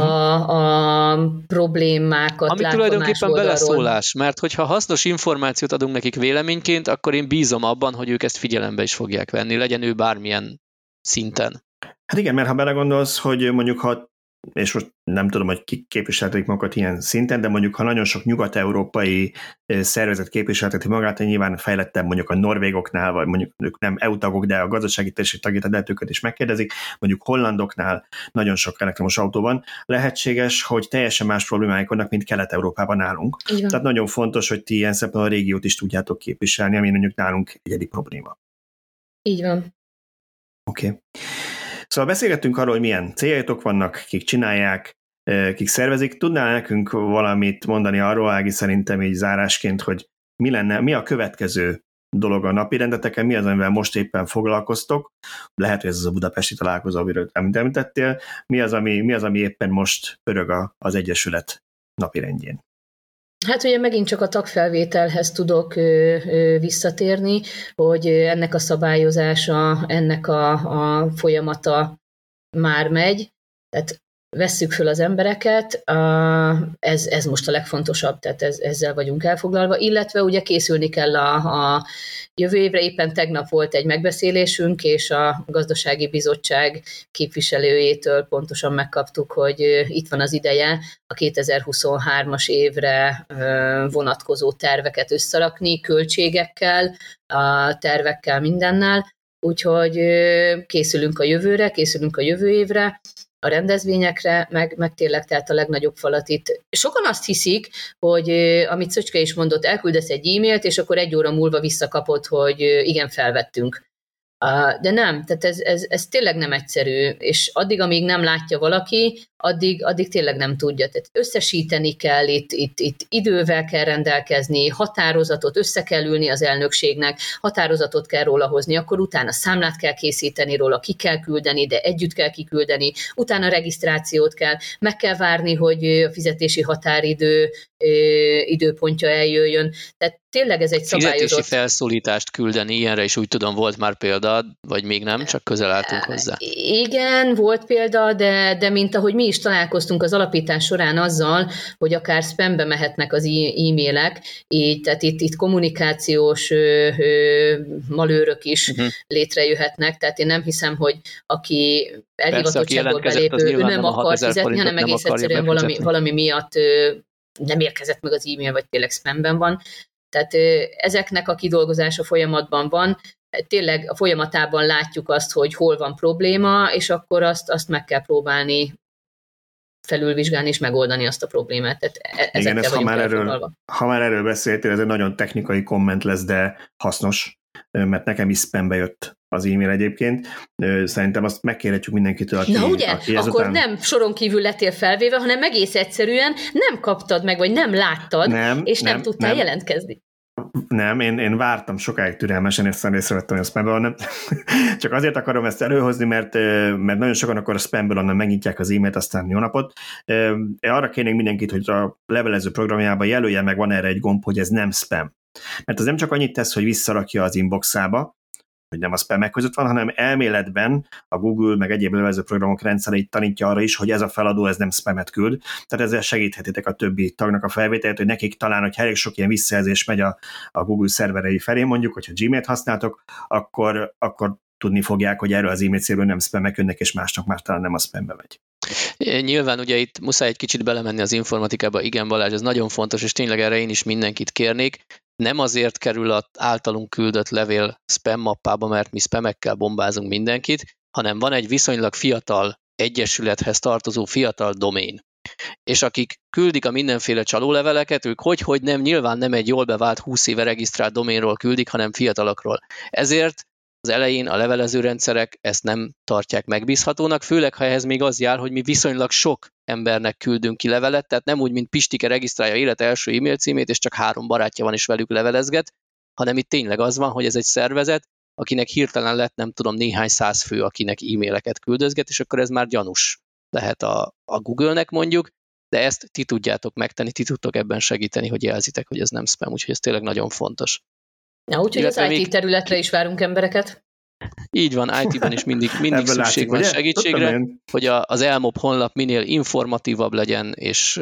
a problémákat. Ami tulajdonképpen beleszólás, mert hogyha hasznos információt adunk nekik véleményként, akkor én bízom abban, hogy ők ezt figyelembe is fogják venni, legyen ő bármilyen szinten. Hát igen, mert ha belegondolsz, hogy mondjuk és most nem tudom, hogy kik képviseltetik magukat ilyen szinten, de mondjuk ha nagyon sok nyugat-európai szervezet képviselteti magát, nyilván fejlettebb mondjuk a norvégoknál, vagy mondjuk ők nem EU tagok, de a gazdasági térség tagjait, de őket is megkérdezik, mondjuk hollandoknál nagyon sok elektromos autó van, lehetséges, hogy teljesen más problémáik vannak, mint Kelet-Európában nálunk. Tehát nagyon fontos, hogy ti ilyen szempontból a régiót is tudjátok képviselni, ami mondjuk nálunk egyedi probléma. Így van. Oké. Szóval beszélgettünk arról, hogy milyen céljaitok vannak, kik csinálják, kik szervezik. Tudnál nekünk valamit mondani arról, Ági, szerintem így zárásként, hogy mi a következő dolog a napirendeteken, mi az, amivel most éppen foglalkoztok? Lehet, hogy ez az a budapesti találkozó, amiről említettél. Mi az, ami éppen most pörög az Egyesület napirendjén? Hát ugye megint csak a tagfelvételhez tudok visszatérni, hogy ennek a szabályozása, ennek a folyamata már megy, tehát vesszük föl az embereket, ez most a legfontosabb, tehát ezzel vagyunk elfoglalva, illetve ugye készülni kell a jövő évre, éppen tegnap volt egy megbeszélésünk, és a gazdasági bizottság képviselőjétől pontosan megkaptuk, hogy itt van az ideje a 2023-as évre vonatkozó terveket összerakni, költségekkel, tervekkel, mindennel, úgyhogy készülünk a jövőre, készülünk a jövő évre, a rendezvényekre, meg tényleg tehát a legnagyobb falat itt. Sokan azt hiszik, hogy amit Szöcske is mondott, elküldesz egy e-mailt, és akkor 1 óra múlva visszakapod, hogy igen, felvettünk. De nem, tehát ez tényleg nem egyszerű, és addig, amíg nem látja valaki, addig tényleg nem tudja. Tehát összesíteni kell, itt idővel kell rendelkezni, határozatot össze kell ülni az elnökségnek, határozatot kell róla hozni, akkor utána számlát kell készíteni róla, ki kell küldeni, de együtt kell kiküldeni, utána regisztrációt kell, meg kell várni, hogy a fizetési határidő időpontja eljöjjön. Tehát tényleg ez egy szabályozott... Fizetési felszólítást küldeni, ilyenre is úgy tudom, volt már példa, vagy még nem, csak közel álltunk hozzá. Igen, volt példa, de mint ahogy mi is találkoztunk az alapítás során azzal, hogy akár spambe mehetnek az e-mailek, így, tehát itt kommunikációs malőrök is létrejöhetnek, tehát én nem hiszem, hogy aki elhivatottságból belépő, ő nem akar fizetni, hanem egész egyszerűen valami miatt nem érkezett meg az e-mail, vagy tényleg spamben van. Tehát ezeknek a kidolgozása folyamatban van, tényleg a folyamatában látjuk azt, hogy hol van probléma, és akkor azt meg kell próbálni felülvizsgálni és megoldani azt a problémát. Tehát igen, ez ha már erről beszéltél, ez egy nagyon technikai komment lesz, de hasznos, mert nekem is spambe jött az e-mail egyébként. Szerintem azt megkérhetjük mindenkitől, aki... Na ugye, aki akkor ezután... nem soron kívül lettél felvéve, hanem egész egyszerűen nem kaptad meg, vagy nem láttad, és nem tudtál jelentkezni. Nem, én vártam sokáig türelmesen, és aztán észrevettem, hogy a spamből nem. Csak azért akarom ezt előhozni, mert nagyon sokan akkor a spamből onnan megnyitják az e-mailt, aztán jó napot. Arra kérnénk mindenkit, hogy a levelező programjában jelölje meg, van erre egy gomb, hogy ez nem spam. Mert az nem csak annyit tesz, hogy visszarakja az inboxába, hogy nem a spamek között van, hanem elméletben a Google meg egyéb levelező programok rendszereit tanítja arra is, hogy ez a feladó, ez nem spamet küld. Tehát ezzel segíthetitek a többi tagnak a felvételt, hogy nekik talán, hogy elég sok ilyen visszajelzés megy a Google szerverei felé, mondjuk, hogyha Gmailt használtok, akkor tudni fogják, hogy erről az e-mail célról nem spamek jönnek, és másnak már talán nem a spambe megy. Nyilván ugye itt muszáj egy kicsit belemenni az informatikába, igen Balázs, ez nagyon fontos, és tényleg erre én is mindenkit kérnék. Nem azért kerül az általunk küldött levél spam mappába, mert mi spamekkel bombázunk mindenkit, hanem van egy viszonylag fiatal egyesülethez tartozó fiatal domén. És akik küldik a mindenféle csalóleveleket, ők hogy nem, nyilván nem egy jól bevált 20 éve regisztrált doménról küldik, hanem fiatalokról. Ezért az elején a levelező rendszerek ezt nem tartják megbízhatónak, főleg ha ehhez még az jár, hogy mi viszonylag sok embernek küldünk ki levelet, tehát nem úgy, mint Pistike regisztrálja élet első e-mail címét, és csak 3 barátja van, és velük levelezget, hanem itt tényleg az van, hogy ez egy szervezet, akinek hirtelen lett, nem tudom, néhány 100 fő, akinek e-maileket küldözget, és akkor ez már gyanús lehet a Google-nek mondjuk, de ezt ti tudjátok megtenni, ti tudtok ebben segíteni, hogy jelzitek, hogy ez nem spam, úgyhogy ez tényleg nagyon fontos. Na, úgyhogy az IT területre is várunk embereket. Így van, IT-ben is mindig szükség van segítségre, hogy az Elmob honlap minél informatívabb legyen, és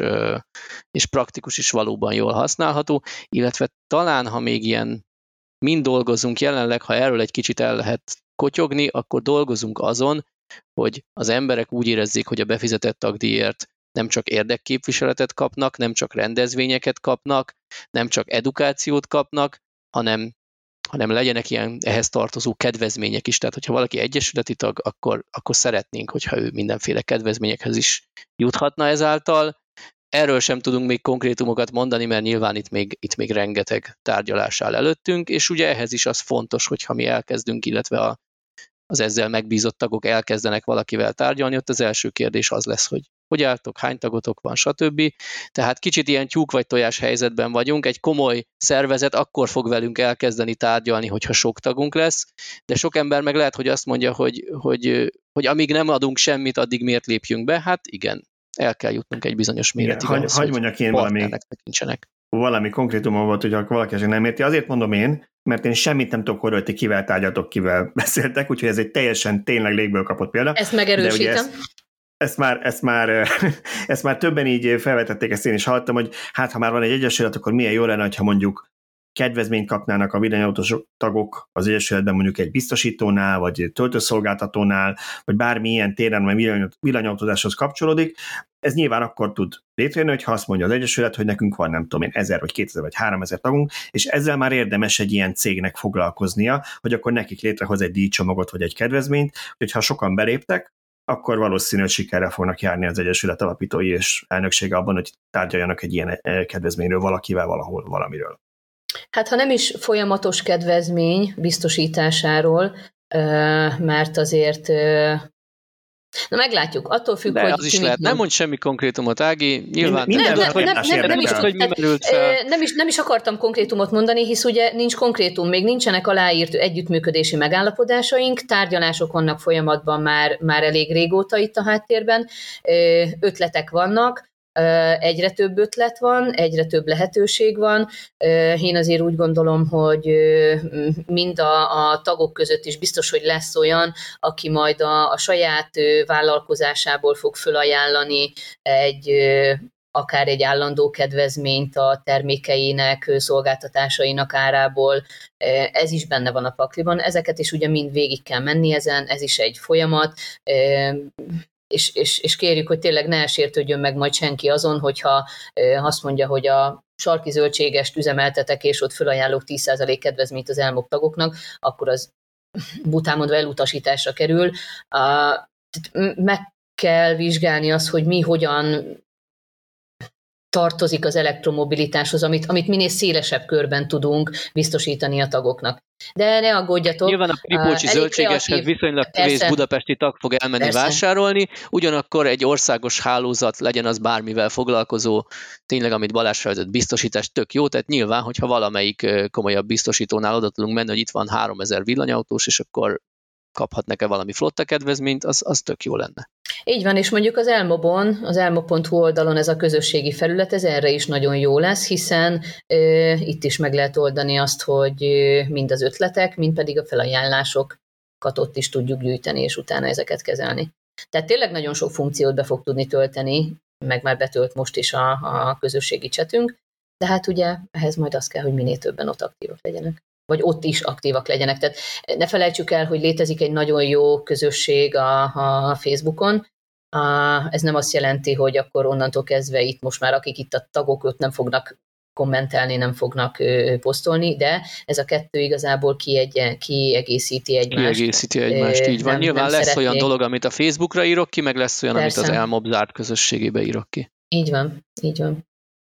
praktikus is valóban jól használható, illetve talán, ha még ilyen mind dolgozunk jelenleg, ha erről egy kicsit el lehet kotyogni, akkor dolgozunk azon, hogy az emberek úgy érezzék, hogy a befizetett tagdíjért nem csak érdekképviseletet kapnak, nem csak rendezvényeket kapnak, nem csak edukációt kapnak, hanem legyenek ilyen ehhez tartozó kedvezmények is. Tehát, hogyha valaki egyesületi tag, akkor szeretnénk, hogyha ő mindenféle kedvezményekhez is juthatna ezáltal. Erről sem tudunk még konkrétumokat mondani, mert nyilván itt még rengeteg tárgyalás áll előttünk, és ugye ehhez is az fontos, hogyha mi elkezdünk, illetve az ezzel megbízott tagok elkezdenek valakivel tárgyalni, ott az első kérdés az lesz, hogy álltok, hány tagotok van, stb. Tehát kicsit ilyen tyúk vagy tojás helyzetben vagyunk, egy komoly szervezet akkor fog velünk elkezdeni tárgyalni, hogyha sok tagunk lesz, de sok ember meg lehet, hogy azt mondja, hogy amíg nem adunk semmit, addig miért lépjünk be? Hát igen, el kell jutnunk egy bizonyos méretig. Hagy mondjak én valami konkrétumon volt, hogy valaki nem érti. Azért mondom én, mert én semmit nem tudok arról, hogy kivel tárgyaltok, kivel beszéltek, úgyhogy ez egy teljesen tényleg légből kapott példa. Ezt megerősítem. Ezt már többen így felvetették, ezt én is hallottam, hogy hát ha már van egy egyesület, akkor milyen jó lenne, ha mondjuk kedvezményt kapnának a villanyautós tagok az egyesületben mondjuk egy biztosítónál, vagy töltőszolgáltatónál, vagy bármilyen téren, amely villanyautózáshoz kapcsolódik. Ez nyilván akkor tud létrejönni, hogyha azt mondja az egyesület, hogy nekünk van nem tudom én 1000 vagy 2000 vagy 3000 tagunk, és ezzel már érdemes egy ilyen cégnek foglalkoznia, hogy akkor nekik létrehoz egy díjcsomagot vagy egy kedvezményt, hogyha sokan beléptek, akkor valószínűleg sikerrel fognak járni az egyesület alapítói és elnöksége abban, hogy tárgyaljanak egy ilyen kedvezményről valakivel valahol valamiről. Hát ha nem is folyamatos kedvezmény biztosításáról, mert azért na meglátjuk, attól függ, de hogy... az is lehet. Nem mondj semmi konkrétumot, Ági, nyilván nem is akartam konkrétumot mondani, hisz ugye nincs konkrétum, még nincsenek aláírt együttműködési megállapodásaink, tárgyalások vannak folyamatban már elég régóta itt a háttérben, ötletek vannak, egyre több ötlet van, egyre több lehetőség van. Én azért úgy gondolom, hogy mind a tagok között is biztos, hogy lesz olyan, aki majd a saját vállalkozásából fog fölajánlani akár egy állandó kedvezményt a termékeinek, szolgáltatásainak árából. Ez is benne van a pakliban. Ezeket is ugye mind végig kell menni ezen, ez is egy folyamat. És kérjük, hogy tényleg ne sértődjön meg majd senki azon, hogyha azt mondja, hogy a sarki zöldségest üzemeltetek, és ott fölajánlok 10% kedvezményt az Elmob tagoknak, akkor az bután mondva elutasításra kerül. Meg kell vizsgálni azt, hogy mi hogyan tartozik az elektromobilitáshoz, amit minél szélesebb körben tudunk biztosítani a tagoknak. De ne aggódjatok. Nyilván a Kripolcsi zöldségeshez viszonylag kevés budapesti tag fog elmenni vásárolni, ugyanakkor egy országos hálózat, legyen az bármivel foglalkozó, tényleg, amit Balázs felvetett, biztosítás tök jó, tehát nyilván, hogyha valamelyik komolyabb biztosítónál oda tudunk menni, hogy itt van 3000 villanyautós, és akkor kaphat valami flotta kedvezményt, az tök jó lenne. Így van, és mondjuk az Elmobon, az elmo.hu oldalon ez a közösségi felület, ez erre is nagyon jó lesz, hiszen itt is meg lehet oldani azt, hogy mind az ötletek, mind pedig a felajánlásokat ott is tudjuk gyűjteni, és utána ezeket kezelni. Tehát tényleg nagyon sok funkciót be fog tudni tölteni, meg már betölt most is a közösségi chatünk, de hát ugye ehhez majd az kell, hogy minél többen ott aktívak legyenek. Vagy ott is aktívak legyenek. Tehát ne felejtsük el, hogy létezik egy nagyon jó közösség a Facebookon. Ez nem azt jelenti, hogy akkor onnantól kezdve itt most már, akik itt a tagok, ott nem fognak kommentelni, nem fognak posztolni, de ez a kettő igazából kiegészíti egymást. Kiegészíti egymást, így van. Nyilván lesz olyan dolog, amit a Facebookra írok ki, meg lesz olyan, amit az Elmob zárt közösségébe írok ki. Így van, így van.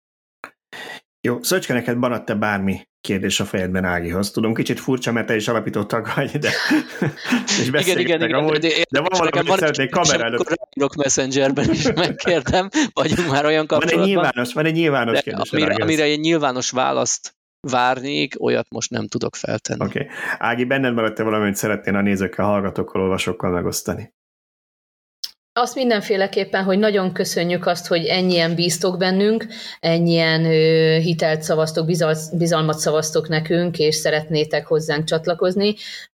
Jó, Szöcske, neked maradt-e bármi kérdés a fejedben Ágihoz? Tudom, kicsit furcsa, mert te is alapított tag vagy, de és igen, amúgy, de van valami, hogy szeretnék kamera előtt. Akkor írok Messengerben is, megkérdem, vagyunk már olyan kapcsolatban. Van egy nyilvános kérdés. Amire egy nyilvános választ várnék, olyat most nem tudok feltenni. Oké. Ági, benned maradt-e valami, hogy szeretnél a nézőkkel, hallgatókkal, olvasókkal megosztani? Azt mindenféleképpen, hogy nagyon köszönjük azt, hogy ennyien bíztok bennünk, ennyien hitelt szavaztok, bizalmat szavaztok nekünk, és szeretnétek hozzánk csatlakozni.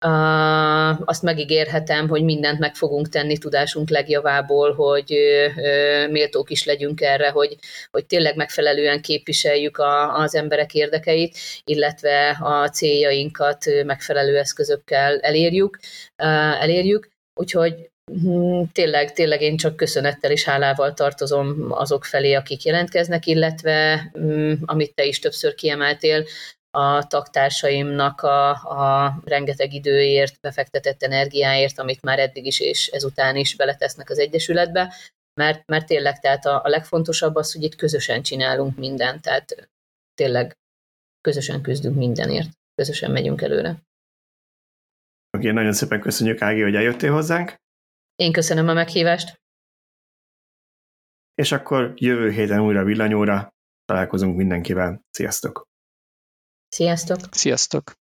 Azt megígérhetem, hogy mindent meg fogunk tenni tudásunk legjavából, hogy méltók is legyünk erre, hogy tényleg megfelelően képviseljük az emberek érdekeit, illetve a céljainkat megfelelő eszközökkel elérjük. Úgyhogy tényleg én csak köszönettel és hálával tartozom azok felé, akik jelentkeznek, illetve, amit te is többször kiemeltél, a tagtársaimnak a rengeteg időért, befektetett energiáért, amit már eddig is és ezután is beletesznek az Egyesületbe, mert tényleg tehát a legfontosabb az, hogy itt közösen csinálunk mindent, tehát tényleg közösen küzdünk mindenért, közösen megyünk előre. Oké, nagyon szépen köszönjük, Ági, hogy eljöttél hozzánk. Én köszönöm a meghívást. És akkor jövő héten újra villanyóra találkozunk mindenkivel. Sziasztok! Sziasztok! Sziasztok!